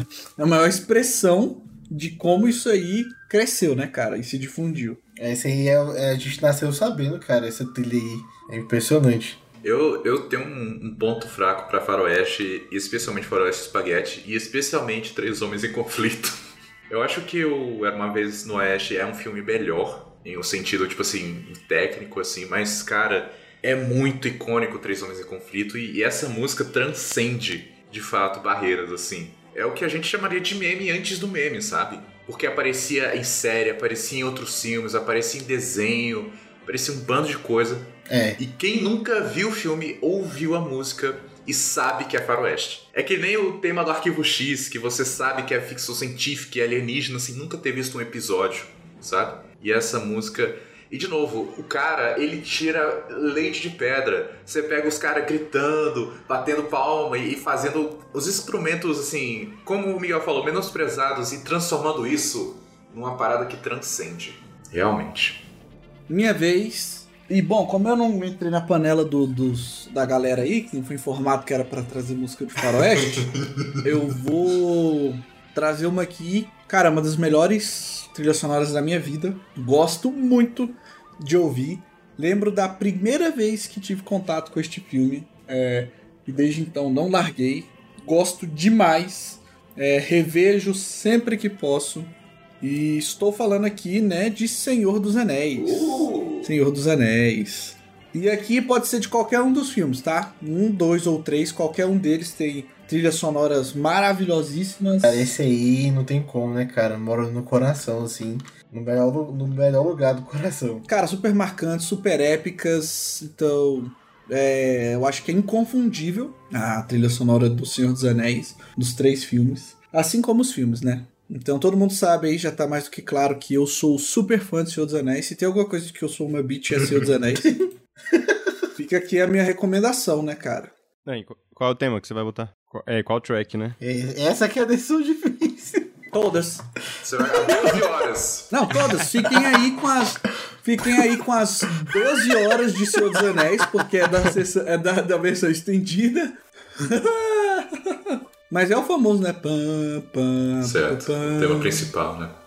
a maior expressão de como isso aí cresceu, né, cara? E se difundiu. Essa aí é, é, a gente nasceu sabendo, cara. Essa trilha aí é impressionante. Eu, eu tenho um, um ponto fraco pra Faroeste, especialmente Faroeste Spaghetti, e especialmente Três Homens em Conflito. Eu acho que o Era Uma Vez no Oeste é um filme melhor, em um sentido, tipo assim, técnico, assim, mas, cara, é muito icônico Três Homens em Conflito, e, e essa música transcende, de fato, barreiras, assim. É o que a gente chamaria de meme antes do meme, sabe? Porque aparecia em série, aparecia em outros filmes, aparecia em desenho, aparecia um bando de coisa. É. E quem nunca viu o filme ouviu a música e sabe que é faroeste. É que nem o tema do Arquivo X, que você sabe que é ficção científica e alienígena, assim, nunca ter visto um episódio, sabe? E essa música... E, de novo, o cara, ele tira leite de pedra. Você pega os caras gritando, batendo palma e fazendo os instrumentos, assim, como o Miguel falou, menosprezados e transformando isso numa parada que transcende. Realmente. Minha vez. E, bom, como eu não entrei na panela do, dos, da galera aí, que não foi informado que era pra trazer música de faroeste, eu vou trazer uma aqui, cara, uma das melhores trilhas sonoras da minha vida. Gosto muito de ouvir. Lembro da primeira vez que tive contato com este filme. É, e desde então não larguei. Gosto demais. É, revejo sempre que posso. E estou falando aqui, né, de Senhor dos Anéis. Uh! Senhor dos Anéis. E aqui pode ser de qualquer um dos filmes, tá? Um, dois ou três, qualquer um deles tem trilhas sonoras maravilhosíssimas. Cara, esse aí não tem como, né, cara? Mora no coração, assim. No melhor, no melhor lugar do coração. Cara, super marcantes, super épicas. Então, é, eu acho que é inconfundível a trilha sonora do Senhor dos Anéis, dos três filmes. Assim como os filmes, né? Então todo mundo sabe aí, já tá mais do que claro que eu sou super fã de Senhor dos Anéis. Se tem alguma coisa de que eu sou uma bitch é Senhor dos Anéis. Fica aqui a minha recomendação, né, cara? Não, qual é o tema que você vai botar? É, qual track, né? Essa aqui é a decisão difícil. Todas. Você vai dar doze horas. Não, todas. Fiquem aí com as... Fiquem aí com as doze horas de Senhor dos Anéis, porque é da, é da, da versão estendida. Mas é o famoso, né? Pam, pam, certo, pam. O tema principal, né?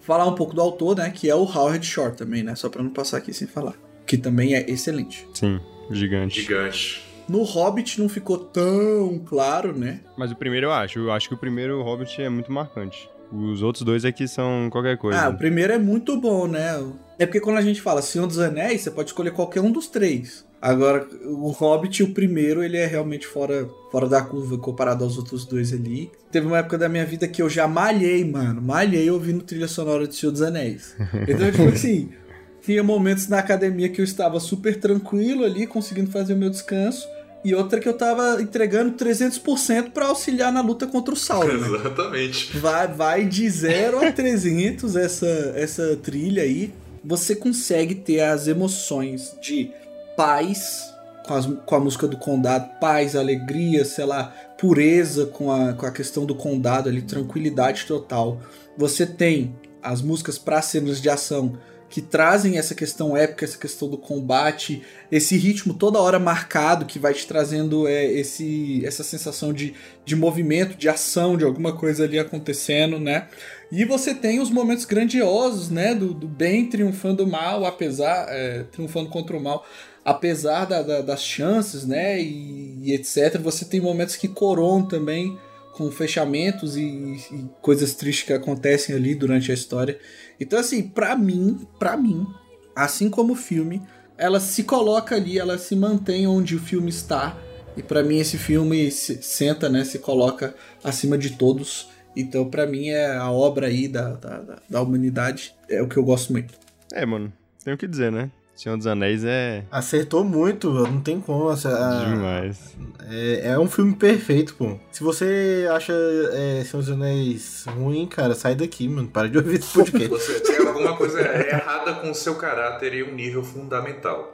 falar um pouco do autor, né, que é o Howard Shore também, né, só pra não passar aqui sem falar, que também é excelente. Sim, gigante. Gigante. No Hobbit não ficou tão claro, né? Mas o primeiro eu acho, eu acho que o primeiro Hobbit é muito marcante. Os outros dois aqui são qualquer coisa. Ah, o primeiro é muito bom, né? É porque quando a gente fala Senhor dos Anéis, você pode escolher qualquer um dos três. Agora, o Hobbit, o primeiro, ele é realmente fora, fora da curva comparado aos outros dois ali. Teve uma época da minha vida que eu já malhei, mano. Malhei ouvindo trilha sonora de Senhor dos Anéis. Então, tipo assim, tinha momentos na academia que eu estava super tranquilo ali, conseguindo fazer o meu descanso. E outra que eu tava entregando trezentos por cento pra auxiliar na luta contra o Sauron. Né? Exatamente. Vai, vai de zero a trezentos essa, essa trilha aí. Você consegue ter as emoções de paz com, as, com a música do condado, paz, alegria, sei lá, pureza com a, com a questão do condado ali, tranquilidade total. Você tem as músicas para cenas de ação que trazem essa questão épica, essa questão do combate, esse ritmo toda hora marcado que vai te trazendo é, esse, essa sensação de, de movimento, de ação, de alguma coisa ali acontecendo, né? E você tem os momentos grandiosos, né? Do, do bem triunfando o mal, apesar... É, triunfando contra o mal, apesar da, da, das chances, né? E, e etcétera. Você tem momentos que coroam também com fechamentos e, e coisas tristes que acontecem ali durante a história. Então, assim, pra mim, pra mim, assim como o filme, ela se coloca ali, ela se mantém onde o filme está. E pra mim esse filme se senta, né, se coloca acima de todos. Então, pra mim, é a obra aí da, da, da humanidade. É o que eu gosto muito. É, mano, tem o que dizer, né? Senhor dos Anéis é... Acertou muito, não tem como. A... Demais. É, é um filme perfeito, pô. Se você acha é, Senhor dos Anéis ruim, cara, sai daqui, mano. Para de ouvir esse podcast. Você tem alguma coisa errada com o seu caráter em um nível fundamental.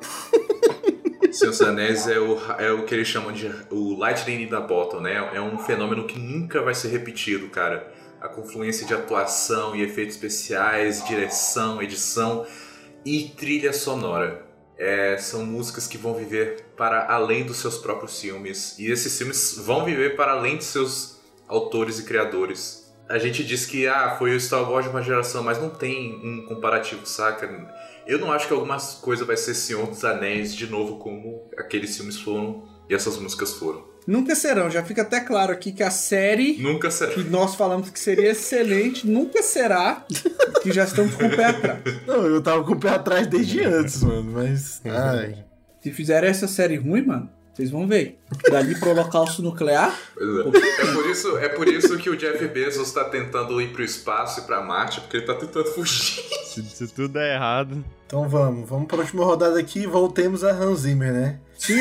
Senhor dos Anéis é o, é o que eles chamam de o lightning in the bottle, né? É um fenômeno que nunca vai ser repetido, cara. A confluência de atuação e efeitos especiais, direção, edição e trilha sonora. É, são músicas que vão viver para além dos seus próprios filmes. E esses filmes vão viver para além de seus autores e criadores. A gente diz que ah, foi o Star Wars de uma geração, mas não tem um comparativo, saca? Eu não acho que alguma coisa vai ser Senhor dos Anéis de novo como aqueles filmes foram e essas músicas foram. Nunca serão, já fica até claro aqui que a série nunca será. Que nós falamos que seria excelente, nunca será, que já estamos com o pé atrás. Não, eu tava com o pé atrás desde antes, mano, mas... Ai. Se fizerem essa série ruim, mano, vocês vão ver. Dali pro holocausto nuclear... É. É, por isso, é por isso que o Jeff Bezos tá tentando ir pro espaço e pra Marte, porque ele tá tentando fugir. Se, se tudo der errado... Então vamos, vamos pra última rodada aqui e voltemos a Hans Zimmer, né?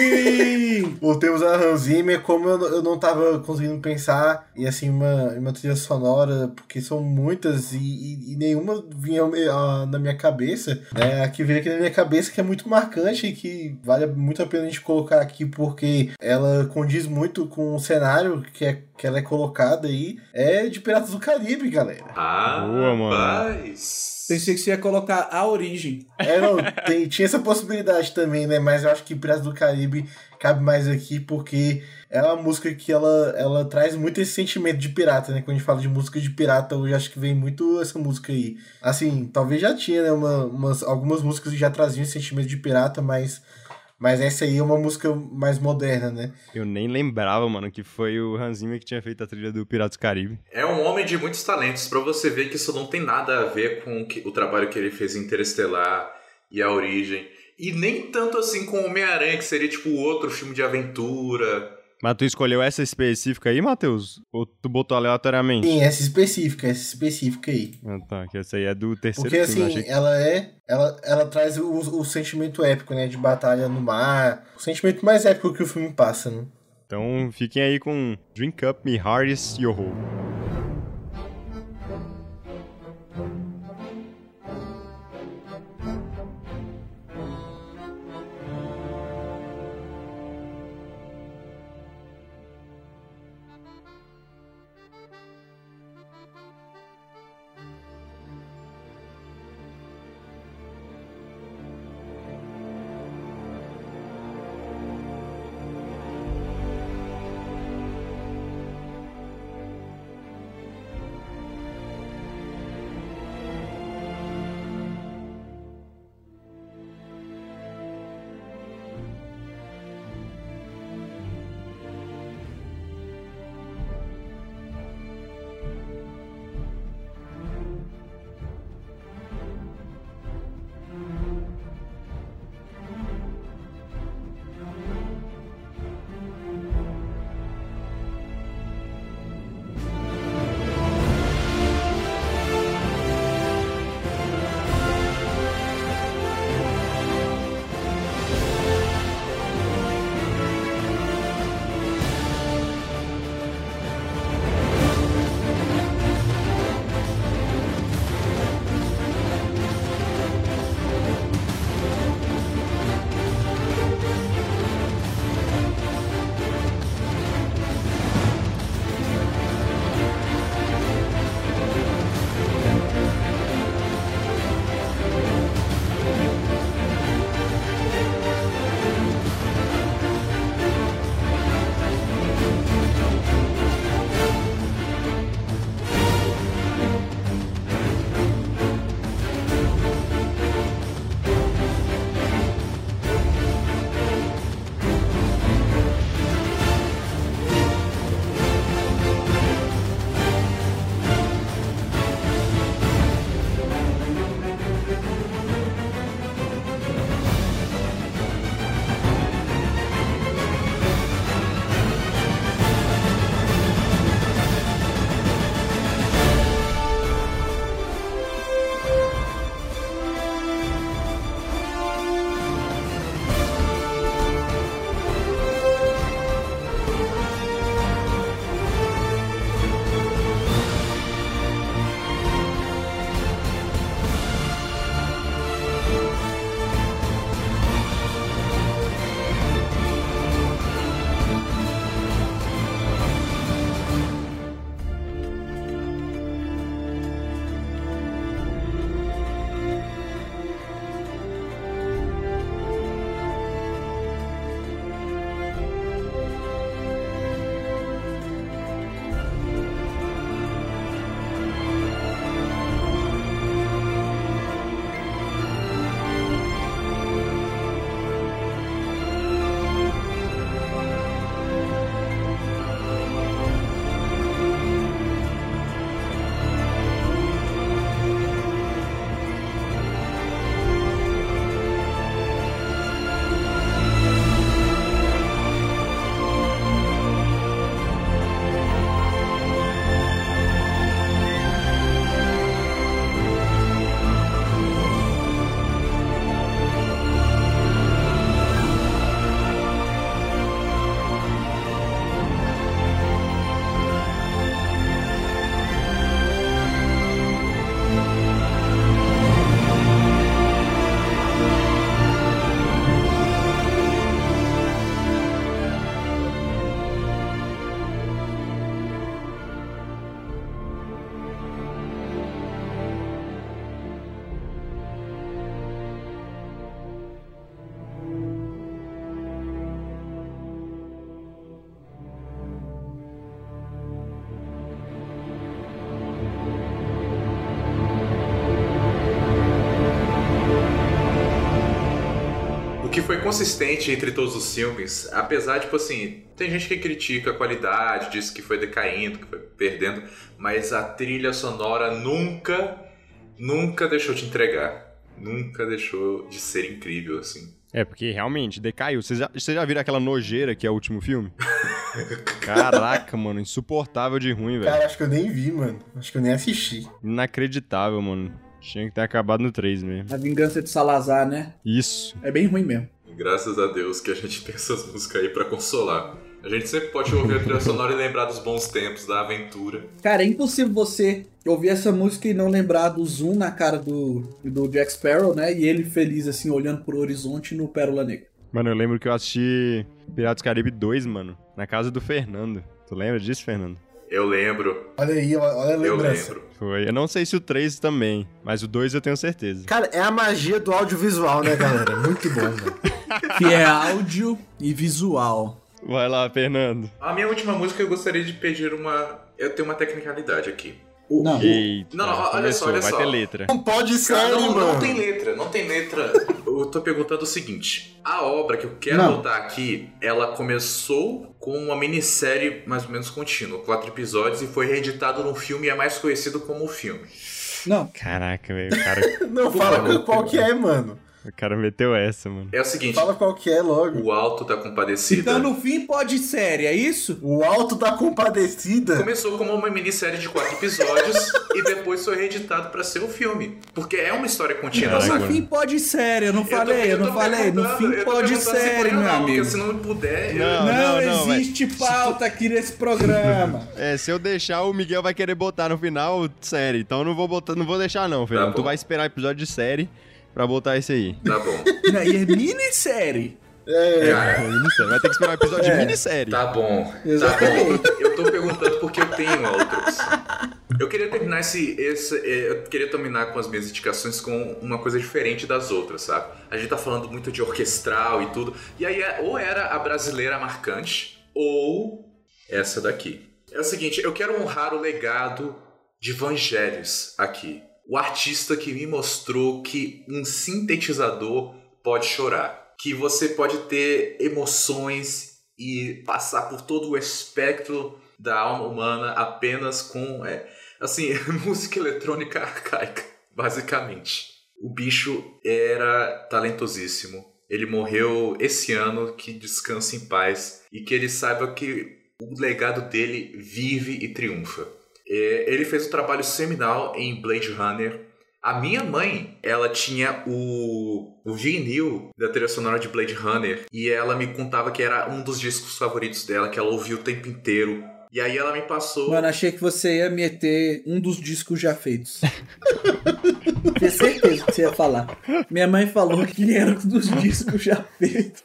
Sim! Voltemos a Hans Zimmer, como eu, eu não tava conseguindo pensar em assim, uma, uma trilha sonora, porque são muitas e, e, e nenhuma vinha uh, na minha cabeça. É, a que veio aqui na minha cabeça que é muito marcante e que vale muito a pena a gente colocar aqui, porque ela condiz muito com o cenário que, é, que ela é colocada aí. É de Piratas do Caribe, galera. Ah, boa, mano. Rapaz. Pensei que você ia colocar A Origem. É, não, tem, tinha essa possibilidade também, né? Mas eu acho que Piratas do Caribe cabe mais aqui porque é uma música que ela, ela traz muito esse sentimento de pirata, né? Quando a gente fala de música de pirata, eu acho que vem muito essa música aí. Assim, talvez já tinha, né? Uma, umas, algumas músicas que já traziam esse sentimento de pirata, mas... Mas essa aí é uma música mais moderna, né? Eu nem lembrava, mano, que foi o Hans Zimmer que tinha feito a trilha do Piratas do Caribe. É um homem de muitos talentos, pra você ver que isso não tem nada a ver com o trabalho que ele fez em Interestelar e A Origem. E nem tanto assim com Homem-Aranha, que seria tipo outro filme de aventura. Mas tu escolheu essa específica aí, Matheus? Ou tu botou aleatoriamente? Sim, essa específica, essa específica aí. Ah, tá, que essa aí é do terceiro Porque filme. assim, Achei... ela é... Ela, ela traz o, o sentimento épico, né? De batalha no mar. O sentimento mais épico que o filme passa, né? Então fiquem aí com Drink Up Me Heart's Yo-Ho. que foi consistente entre todos os filmes, apesar, tipo assim, tem gente que critica a qualidade, diz que foi decaindo, que foi perdendo, mas a trilha sonora nunca, nunca deixou de entregar. Nunca deixou de ser incrível, assim. É, porque realmente decaiu. Vocês já, vocês já viram aquela nojeira que é o último filme? Caraca, mano, insuportável de ruim, velho. Cara, acho que eu nem vi, mano. Acho que eu nem assisti. Inacreditável, mano. Tinha que ter acabado no três mesmo. A Vingança de Salazar, né? Isso. É bem ruim mesmo. Graças a Deus que a gente tem essas músicas aí pra consolar. A gente sempre pode ouvir a trilha sonora e lembrar dos bons tempos, da aventura. Cara, é impossível você ouvir essa música e não lembrar do zoom na cara do, do Jack Sparrow, né? E ele feliz, assim, olhando pro horizonte no Pérola Negra. Mano, eu lembro que eu assisti Piratas do Caribe dois, mano, na casa do Fernando. Tu lembra disso, Fernando? Eu lembro. Olha aí, olha a lembrança. Eu lembro. Foi. Eu não sei se o três também, mas o dois eu tenho certeza. Cara, é a magia do audiovisual, né, galera? Muito bom, mano. Que é áudio e visual. Vai lá, Fernando. A minha última música eu gostaria de pedir uma... Eu tenho uma tecnicalidade aqui. Não. Eita, Não, não, olha começou, só, olha vai só. ter letra. Não pode ser, Cara, não, mano. não tem letra, não tem letra. Eu tô perguntando o seguinte. A obra que eu quero Não. botar aqui, ela começou com uma minissérie mais ou menos contínua, quatro episódios, e foi reeditado num filme e é mais conhecido como o filme. Não. Caraca, velho, o cara, Não, fala qual, qual que é, mano. o cara meteu essa, mano. É o seguinte, Fala qual que é logo. O Alto da Compadecida Então no fim pode série, é isso? O Alto da Compadecida. começou como uma minissérie de quatro episódios e depois foi reeditado pra ser o filme. Porque é uma história contínua, Caraca, No sabe? fim pode série, eu não falei, eu, tô- não tô falei. No perguntando, fim eu tô pode perguntando se série, pode ou meu não, amigo. Porque se não puder... eu- Não, Não, não, não, existe pauta aqui nesse programa. É, se eu deixar, o Miguel vai querer botar no final série. Então eu não vou botar, não vou deixar não, Fernando. bom. Tu vai esperar episódio de série pra botar esse aí. Tá bom. E é minissérie. É, Cara, Minissérie. Vai ter que esperar um episódio É. de minissérie. tá bom. Tá Exatamente. bom. Eu tô perguntando porque eu tenho outros. Eu queria terminar esse, esse... Eu queria terminar com as minhas indicações com uma coisa diferente das outras, sabe? A gente tá falando muito de orquestral e tudo. E aí, é- ou era a brasileira marcante, ou essa daqui. É o seguinte, eu quero honrar o legado de Vangelis aqui. O artista que me mostrou que um sintetizador pode chorar. Que você pode ter emoções e passar por todo o espectro da alma humana apenas com, é, assim, música eletrônica arcaica, basicamente. O bicho era talentosíssimo. Ele morreu esse ano, que descanse em paz. E que ele saiba que o legado dele vive e triunfa. É, ele fez um trabalho seminal em Blade Runner. A minha mãe, ela tinha o, o vinil da trilha sonora de Blade Runner e ela me contava que era um dos discos favoritos dela, que ela ouvia o tempo inteiro. E aí ela me passou... Mano, achei que você ia meter um dos discos já feitos. Tinha certeza que você ia falar. Minha mãe falou que era um dos discos já feitos.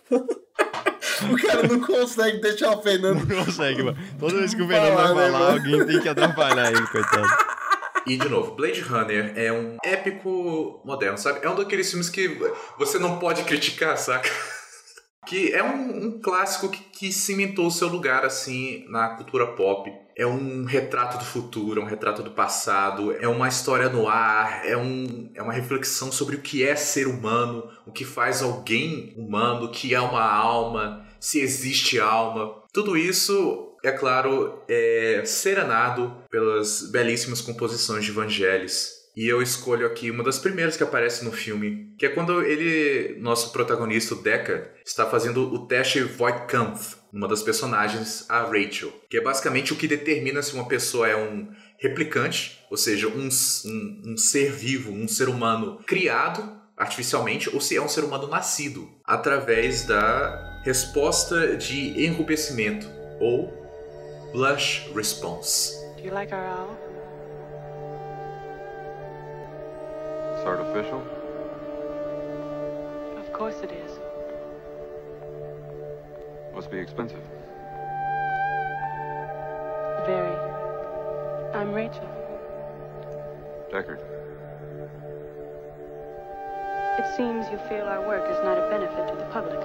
o cara não consegue deixar o Fernando. Não consegue, mano. Toda vez que o Fernando vai Falar, né, falar, mano? alguém tem que atrapalhar ele, coitado. E, de novo, Blade Runner é um épico moderno, sabe? É um daqueles filmes que você não pode criticar, saca? Que é um, um clássico que, que cimentou o seu lugar, assim, na cultura pop. É um retrato do futuro, é um retrato do passado, é uma história no ar, é, um, é uma reflexão sobre o que é ser humano, o que faz alguém humano, o que é uma alma, se existe alma. Tudo isso... É claro, é serenado pelas belíssimas composições de Vangelis. E eu escolho aqui uma das primeiras que aparece no filme, que é quando ele, nosso protagonista, o Deckard, está fazendo o teste Voight-Kampff, uma das personagens, a Rachel. Que é basicamente o que determina se uma pessoa é um replicante, ou seja, um, um, um ser vivo, um ser humano criado artificialmente, ou se é um ser humano nascido, através da resposta de enrubescimento, ou Blush Response. Do you like our owl? It's artificial. Of course it is. Must be expensive. Very. I'm Rachel. Deckard. It seems you feel our work is not a benefit to the public.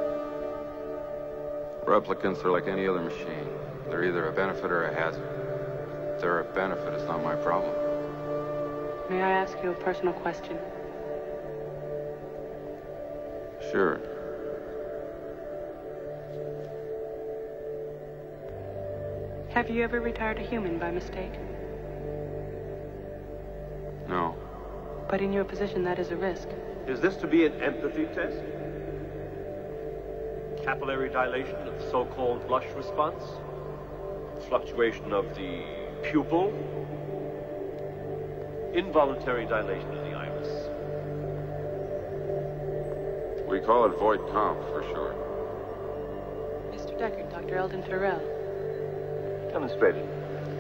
Replicants are like any other machine. They're either a benefit or a hazard. If they're a benefit, it's not my problem. May I ask you a personal question? Sure. Have you ever retired a human by mistake? No. But in your position, that is a risk. Is this to be an empathy test? Capillary dilation of the so-called blush response? Fluctuation of the pupil? Involuntary dilation of the iris? We call it void comp for short. Mister Deckard, Doctor Eldon Farrell. Demonstrate it.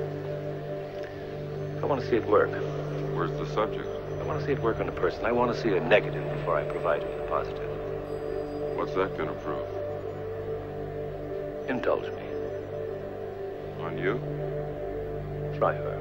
I want to see it work. Where's the subject? I want to see it work on a person. I want to see a negative before I provide him with a positive. What's that gonna prove? Indulge me. On you? Try her.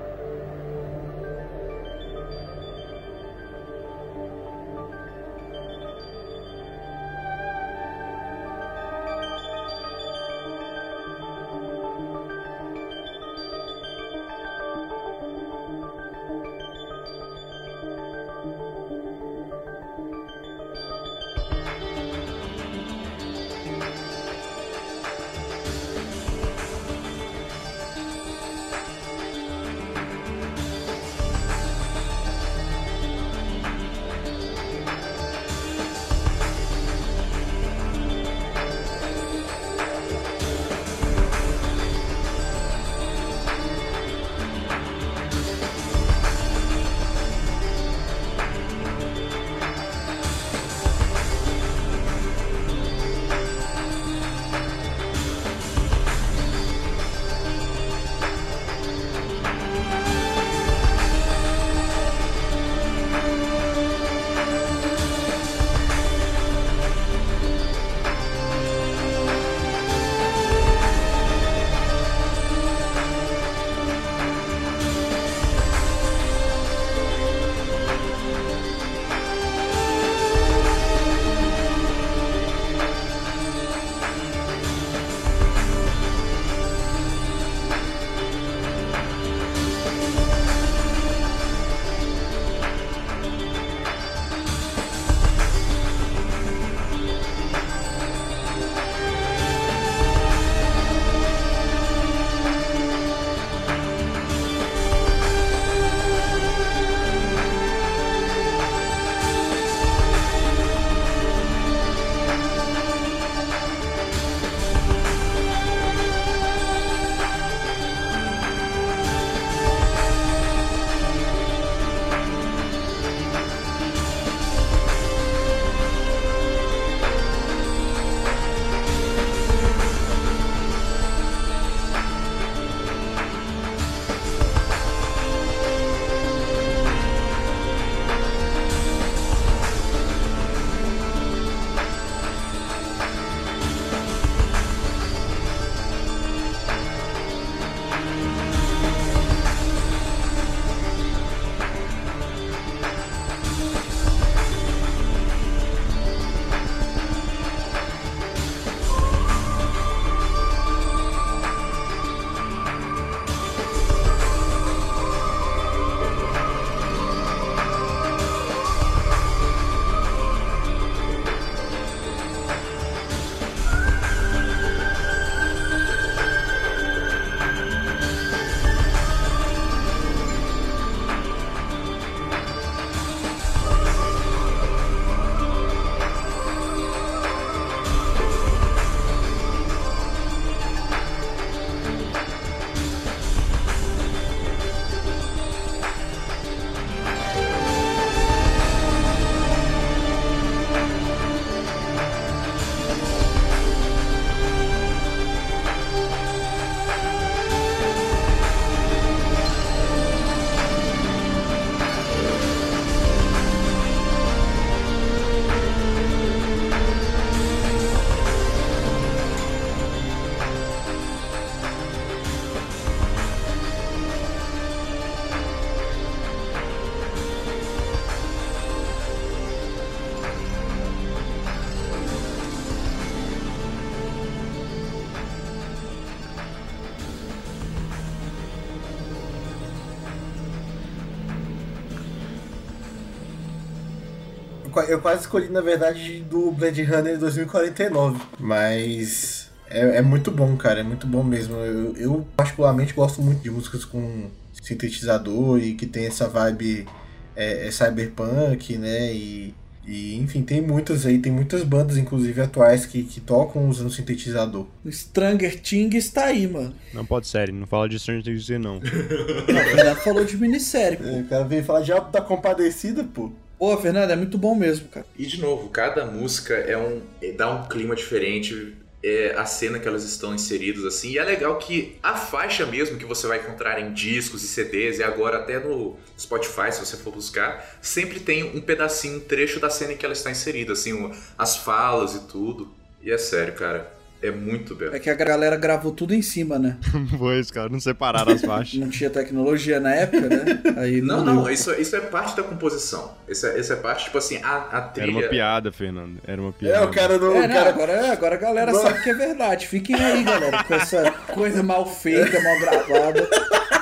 Eu quase escolhi, na verdade, do Blade Runner dois mil e quarenta e nove. Mas É, é muito bom, cara, é muito bom mesmo. Eu, eu particularmente gosto muito de músicas com sintetizador e que tem essa vibe é, é cyberpunk, né? E, e enfim, tem muitas aí, tem muitas bandas, inclusive atuais, que, que tocam usando sintetizador. O Stranger Things tá aí, mano. Não pode série, não fala de Stranger Things não. Não, o Fernando falou de minissérie, pô. É, o cara veio falar de Alto da Compadecida, pô. Pô, Fernando, é muito bom mesmo, cara. E de novo, cada música é um é, dá um clima diferente, é, a cena que elas estão inseridas assim, e é legal que a faixa mesmo que você vai encontrar em discos e C Ds e agora até no Spotify, se você for buscar, sempre tem um pedacinho, um trecho da cena em que ela está inserida, assim, um, as falas e tudo. E é sério, cara, é muito belo. É que a galera gravou tudo em cima, né? Pois, cara, não separaram as faixas. Não tinha tecnologia na época, né? Aí Não, não, não, deu. isso, isso é parte da composição. Isso é, isso é parte, tipo assim, a, a trilha... Era uma piada, Fernando. Era uma piada. É, o cara não. É, o não, cara... agora, agora a galera Não. sabe que é verdade. Fiquem aí, galera, com essa coisa mal feita, mal gravada.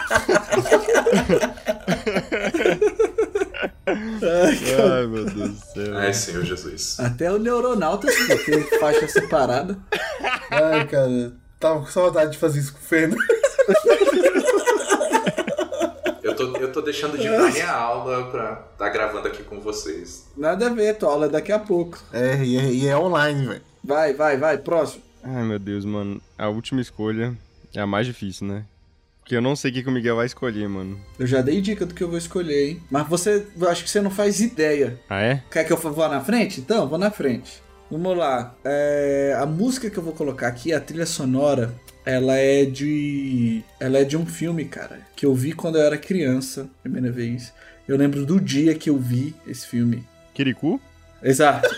Ai, meu Deus do céu. Ai, Senhor Jesus. Até o Neuronautas pô, tem faixa separada. Ai, cara, tava com saudade de fazer isso com o Fernando. Eu tô, eu tô deixando de ir pra minha aula pra tá gravando aqui com vocês. Nada a ver, tua aula é daqui a pouco. É, e é, e é online, velho. Vai, vai, vai, próximo. Ai, meu Deus, mano. A última escolha é a mais difícil, né? Porque eu não sei o que, que o Miguel vai escolher, mano. Eu já dei dica do que eu vou escolher, hein? Mas você, eu acho que você não faz ideia. Ah, é? Quer que eu vá na frente? Então, vou na frente. Vamos lá. É, a música que eu vou colocar aqui, a trilha sonora, ela é de. Ela é de um filme, cara, que eu vi quando eu era criança, primeira vez. Eu lembro do dia que eu vi esse filme. Kirikou? Exato.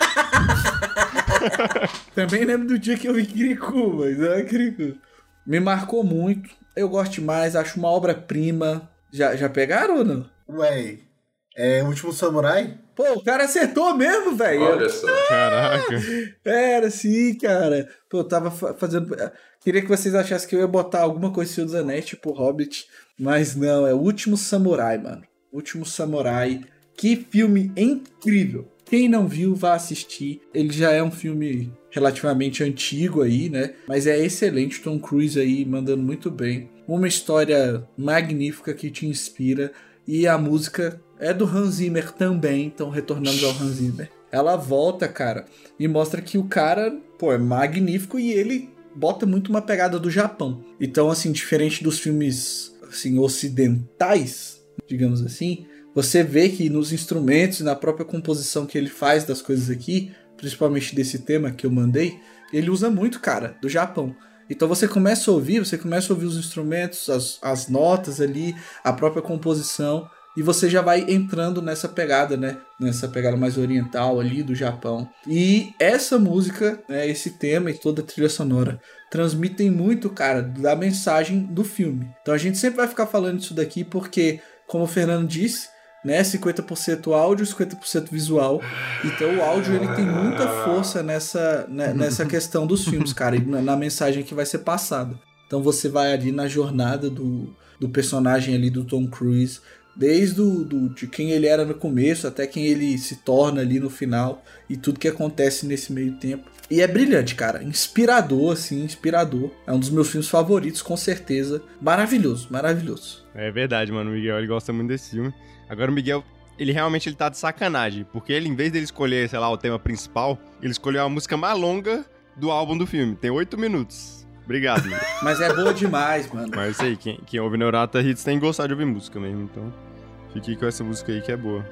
Também lembro do dia que eu vi Kirikou, mas é Kirikou. Me marcou muito. Eu gosto demais, acho uma obra-prima. Já, já pegaram ou não? Ué, é o Último Samurai? Pô, o cara acertou mesmo, velho. Olha só. Caraca. Era sim, cara. Pô, eu tava fa- fazendo. Queria que vocês achassem que eu ia botar alguma coisa Senhor dos Anéis, tipo Hobbit. Mas não, é o Último Samurai, mano. Último Samurai. Que filme incrível. Quem não viu, vá assistir. Ele já é um filme relativamente antigo aí, né? Mas é excelente. Tom Cruise aí mandando muito bem. Uma história magnífica que te inspira. E a música é do Hans Zimmer também. Então retornamos ao Hans Zimmer. Ela volta, cara, e mostra que o cara, pô, é magnífico e ele bota muito uma pegada do Japão. Então, assim, diferente dos filmes, assim, ocidentais, digamos assim, você vê que nos instrumentos e na própria composição que ele faz das coisas aqui, principalmente desse tema que eu mandei, ele usa muito, cara, do Japão. Então você começa a ouvir, você começa a ouvir os instrumentos, as, as notas ali, a própria composição, e você já vai entrando nessa pegada, né? Nessa pegada mais oriental ali do Japão. E essa música, né, esse tema e toda a trilha sonora transmitem muito, cara, da mensagem do filme. Então a gente sempre vai ficar falando isso daqui porque, como o Fernando disse, né, cinquenta por cento áudio, cinquenta por cento visual. Então o áudio ele tem muita força nessa, né, nessa questão dos filmes, cara, e na, na mensagem que vai ser passada. Então você vai ali na jornada do, do personagem ali do Tom Cruise, desde o, do, de quem ele era no começo até quem ele se torna ali no final e tudo que acontece nesse meio tempo. E é brilhante, cara. Inspirador, assim, inspirador. É um dos meus filmes favoritos, com certeza. Maravilhoso, maravilhoso. É verdade, mano. O Miguel, ele gosta muito desse filme. Agora o Miguel, ele realmente ele tá de sacanagem. Porque ele, em vez dele escolher, sei lá, o tema principal, ele escolheu a música mais longa do álbum do filme. Tem oito minutos. Obrigado, Miguel. Mas é boa demais, mano. Mas isso aí, quem, quem ouve Neurata Hits tem que gostar de ouvir música mesmo. Então, fique com essa música aí que é boa.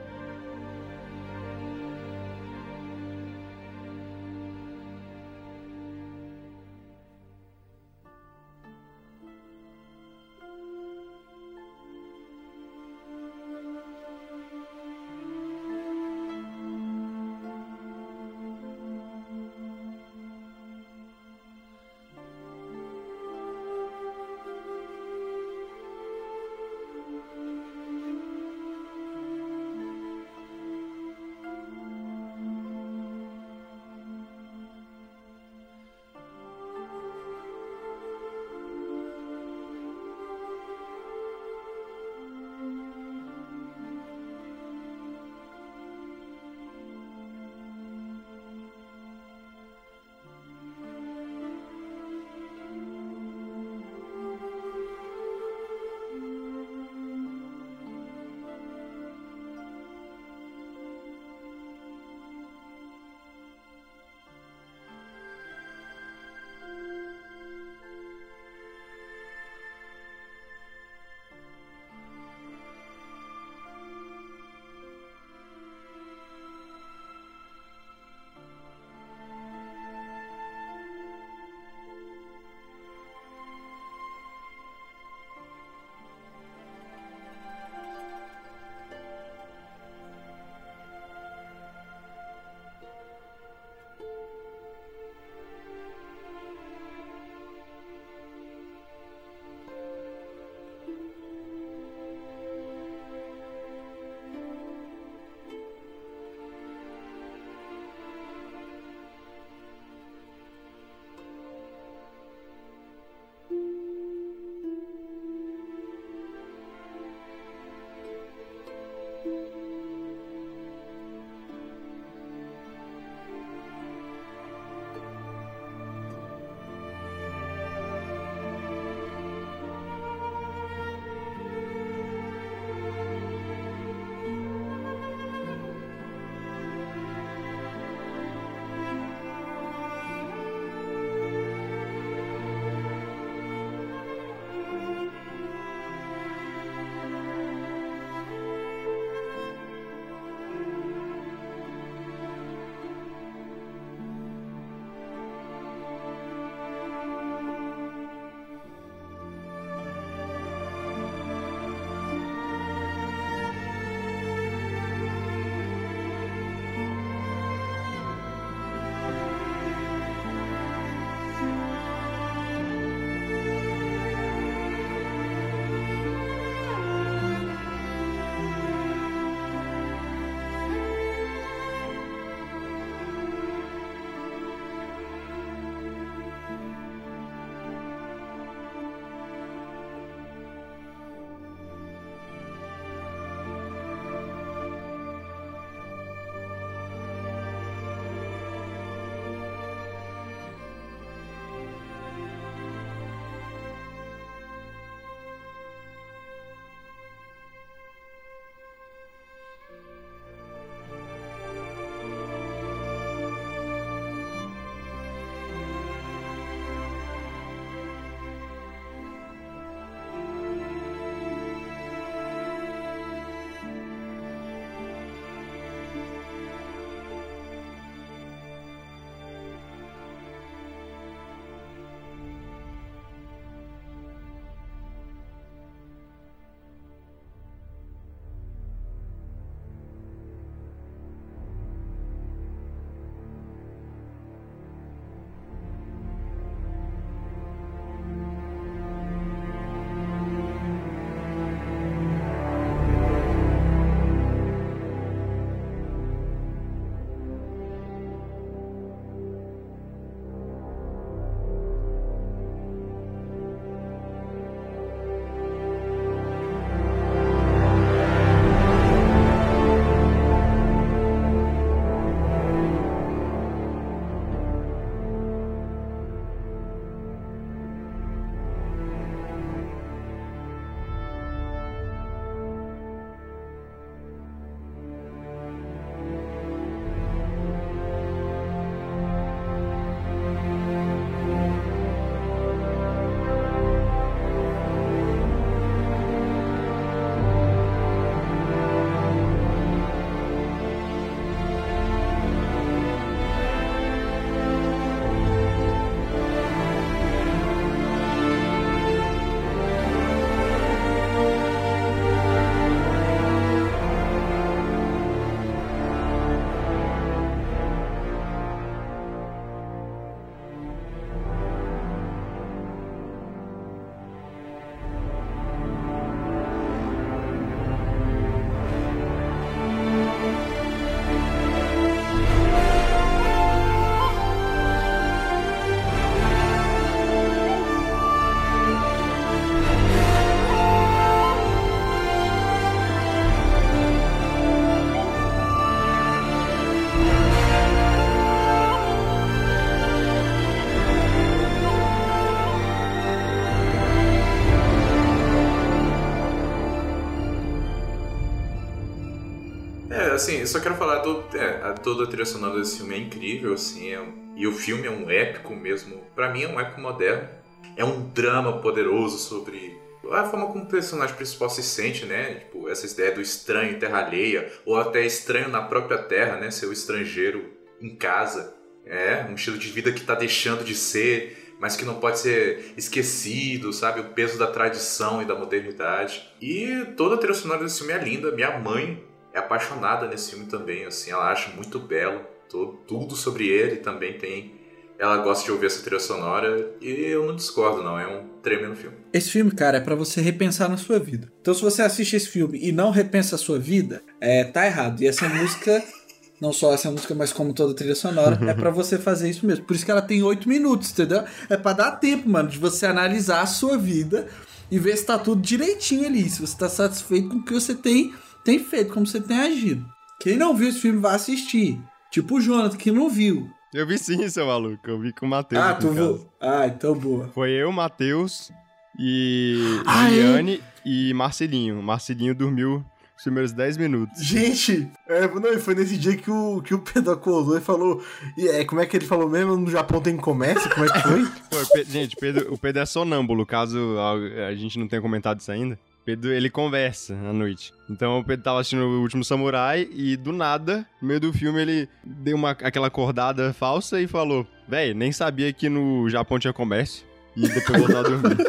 assim, eu só quero falar, do, é, a, toda a trilha sonora desse filme é incrível, assim, é um, e o filme é um épico mesmo, pra mim é um épico moderno, é um drama poderoso sobre a forma como o personagem principal se sente, né, tipo, essa ideia do estranho em terra alheia, ou até estranho na própria terra, né, ser o estrangeiro em casa, é, um estilo de vida que tá deixando de ser, mas que não pode ser esquecido, sabe, o peso da tradição e da modernidade, e toda a trilha sonora desse filme é linda, minha mãe é apaixonada nesse filme também, assim, ela acha muito belo, todo, tudo sobre ele também tem, ela gosta de ouvir essa trilha sonora e eu não discordo não, é um tremendo filme. Esse filme, cara, é pra você repensar na sua vida. Então se você assiste esse filme e não repensa a sua vida, é, tá errado. E essa música, não só essa música, mas como toda a trilha sonora, é pra você fazer isso mesmo. Por isso que ela tem oito minutos, entendeu? É pra dar tempo, mano, de você analisar a sua vida e ver se tá tudo direitinho ali, se você tá satisfeito com o que você tem tem feito, como você tem agido. Quem não viu esse filme vai assistir. Tipo o Jonathan, que não viu. Eu vi sim, seu maluco. Eu vi com o Matheus. Ah, tu viu? Ah, então boa. Foi eu, Matheus e Ah, Liane e Marcelinho. Marcelinho dormiu os primeiros dez minutos. Gente, é, não, foi nesse dia que o, que o Pedro acordou e falou... E, é, como é que ele falou mesmo? No Japão tem comércio? Como é que foi? Pô, Pe- gente, Pedro, o Pedro é sonâmbulo, caso a, a gente não tenha comentado isso ainda. Pedro, ele conversa à noite. Então o Pedro tava assistindo O Último Samurai e do nada, no meio do filme, ele deu uma, aquela acordada falsa e falou: véi, nem sabia que no Japão tinha comércio. E depois voltou a dormir.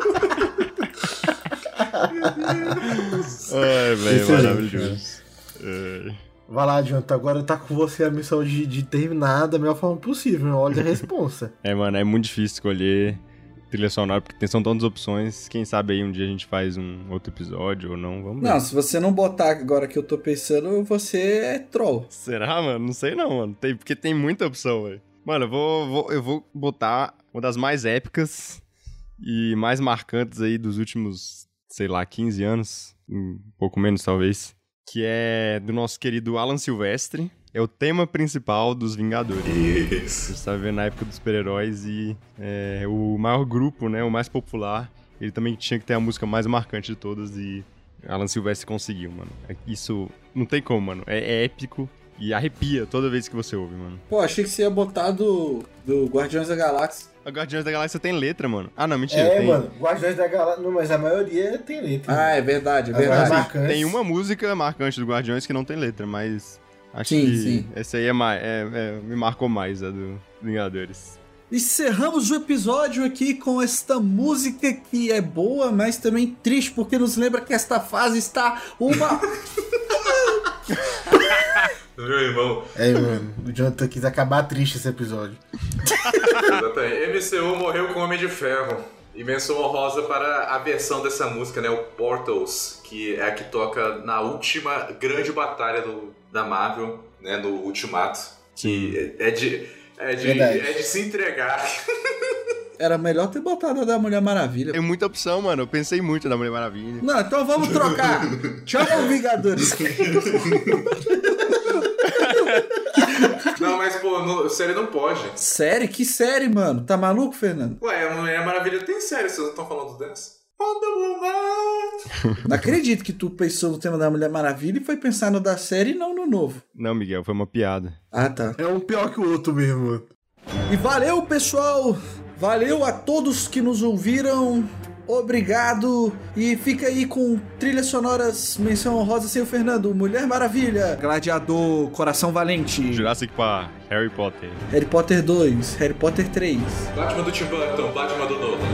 Ai, velho, maravilhoso. Ai. Vai lá, Jonathan, agora tá com você a missão de, de terminar da melhor forma possível. Olha a responsa. É, mano, é muito difícil escolher trilha sonora, porque são tantas opções. Quem sabe aí um dia a gente faz um outro episódio ou não, vamos ver. Não, se você não botar agora que eu tô pensando, você é troll. Será, mano? Não sei não, mano. Tem, porque tem muita opção, velho. Mano, eu vou, vou, eu vou botar uma das mais épicas e mais marcantes aí dos últimos, sei lá, quinze anos. Um pouco menos, talvez. Que é do nosso querido Alan Silvestre. É o tema principal dos Vingadores. Isso. A gente tá vendo na época dos super-heróis e é, o maior grupo, né, o mais popular, ele também tinha que ter a música mais marcante de todas e Alan Silvestre conseguiu, mano. Isso não tem como, mano. É, é épico e arrepia toda vez que você ouve, mano. Pô, achei que você ia botar do, do Guardiões da Galáxia. A Guardiões da Galáxia tem letra, mano. Ah, não, mentira. É, tem... mano, Guardiões da Galáxia... Não, mas a maioria tem letra. Ah, é verdade, é As mais verdade. marcantes. Tem uma música marcante do Guardiões que não tem letra, mas acho Sim, que sim. essa aí é mais, é, é, me marcou mais, a do Vingadores. Encerramos o episódio aqui com esta música que é boa, mas também triste, porque nos lembra que esta fase está uma... Meu irmão. É, mano, o Jonathan quis acabar triste esse episódio. Exatamente. M C U morreu com o Homem de Ferro. E menção honrosa para a versão dessa música, né? O Portals, que é a que toca na última grande batalha do, da Marvel, né? No Ultimato. Que é de, é, de, é de se entregar. Era melhor ter botado a da Mulher Maravilha. Tem muita opção, mano. Eu pensei muito na Mulher Maravilha. Não, então vamos trocar. Tchau, Vingadores. Não, mas, pô, no, série não pode. Série? Que série, mano? Tá maluco, Fernando? Ué, a Mulher Maravilha tem série, vocês não estão falando dessa? Wonder Woman! Não acredito que tu pensou no tema da Mulher Maravilha e foi pensar no da série e não no novo. Não, Miguel, foi uma piada. Ah, tá. É um pior que o outro mesmo, mano. E valeu, pessoal! Valeu a todos que nos ouviram. Obrigado. E fica aí com trilhas sonoras, menção honrosa sem o Fernando. Mulher Maravilha, Gladiador, Coração Valente, Jurassic Park, Harry Potter. Harry Potter dois, Harry Potter três. Batman do Tim Burton, Batman do Nolan.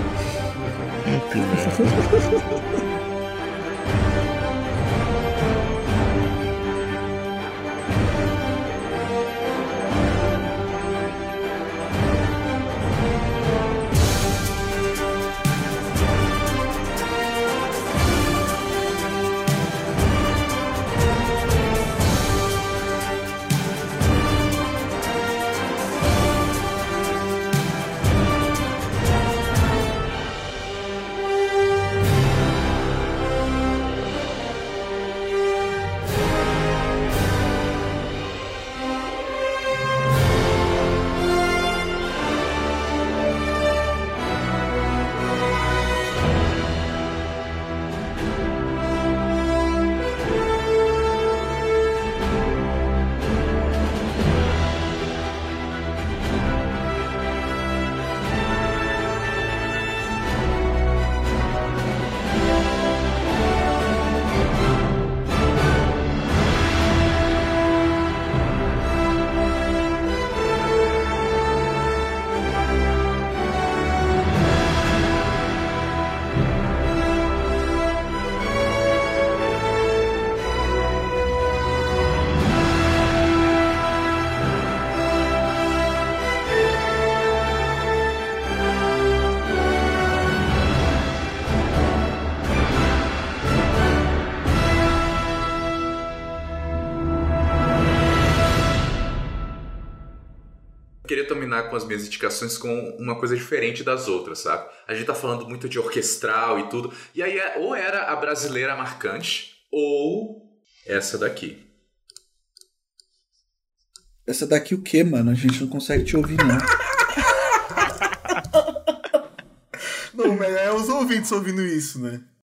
Queria terminar com as minhas indicações com uma coisa diferente das outras, sabe? A gente tá falando muito de orquestral e tudo. E aí, ou era a brasileira marcante, ou essa daqui. Essa daqui o quê, mano? A gente não consegue te ouvir, não. Não, mas é os ouvintes ouvindo isso, né?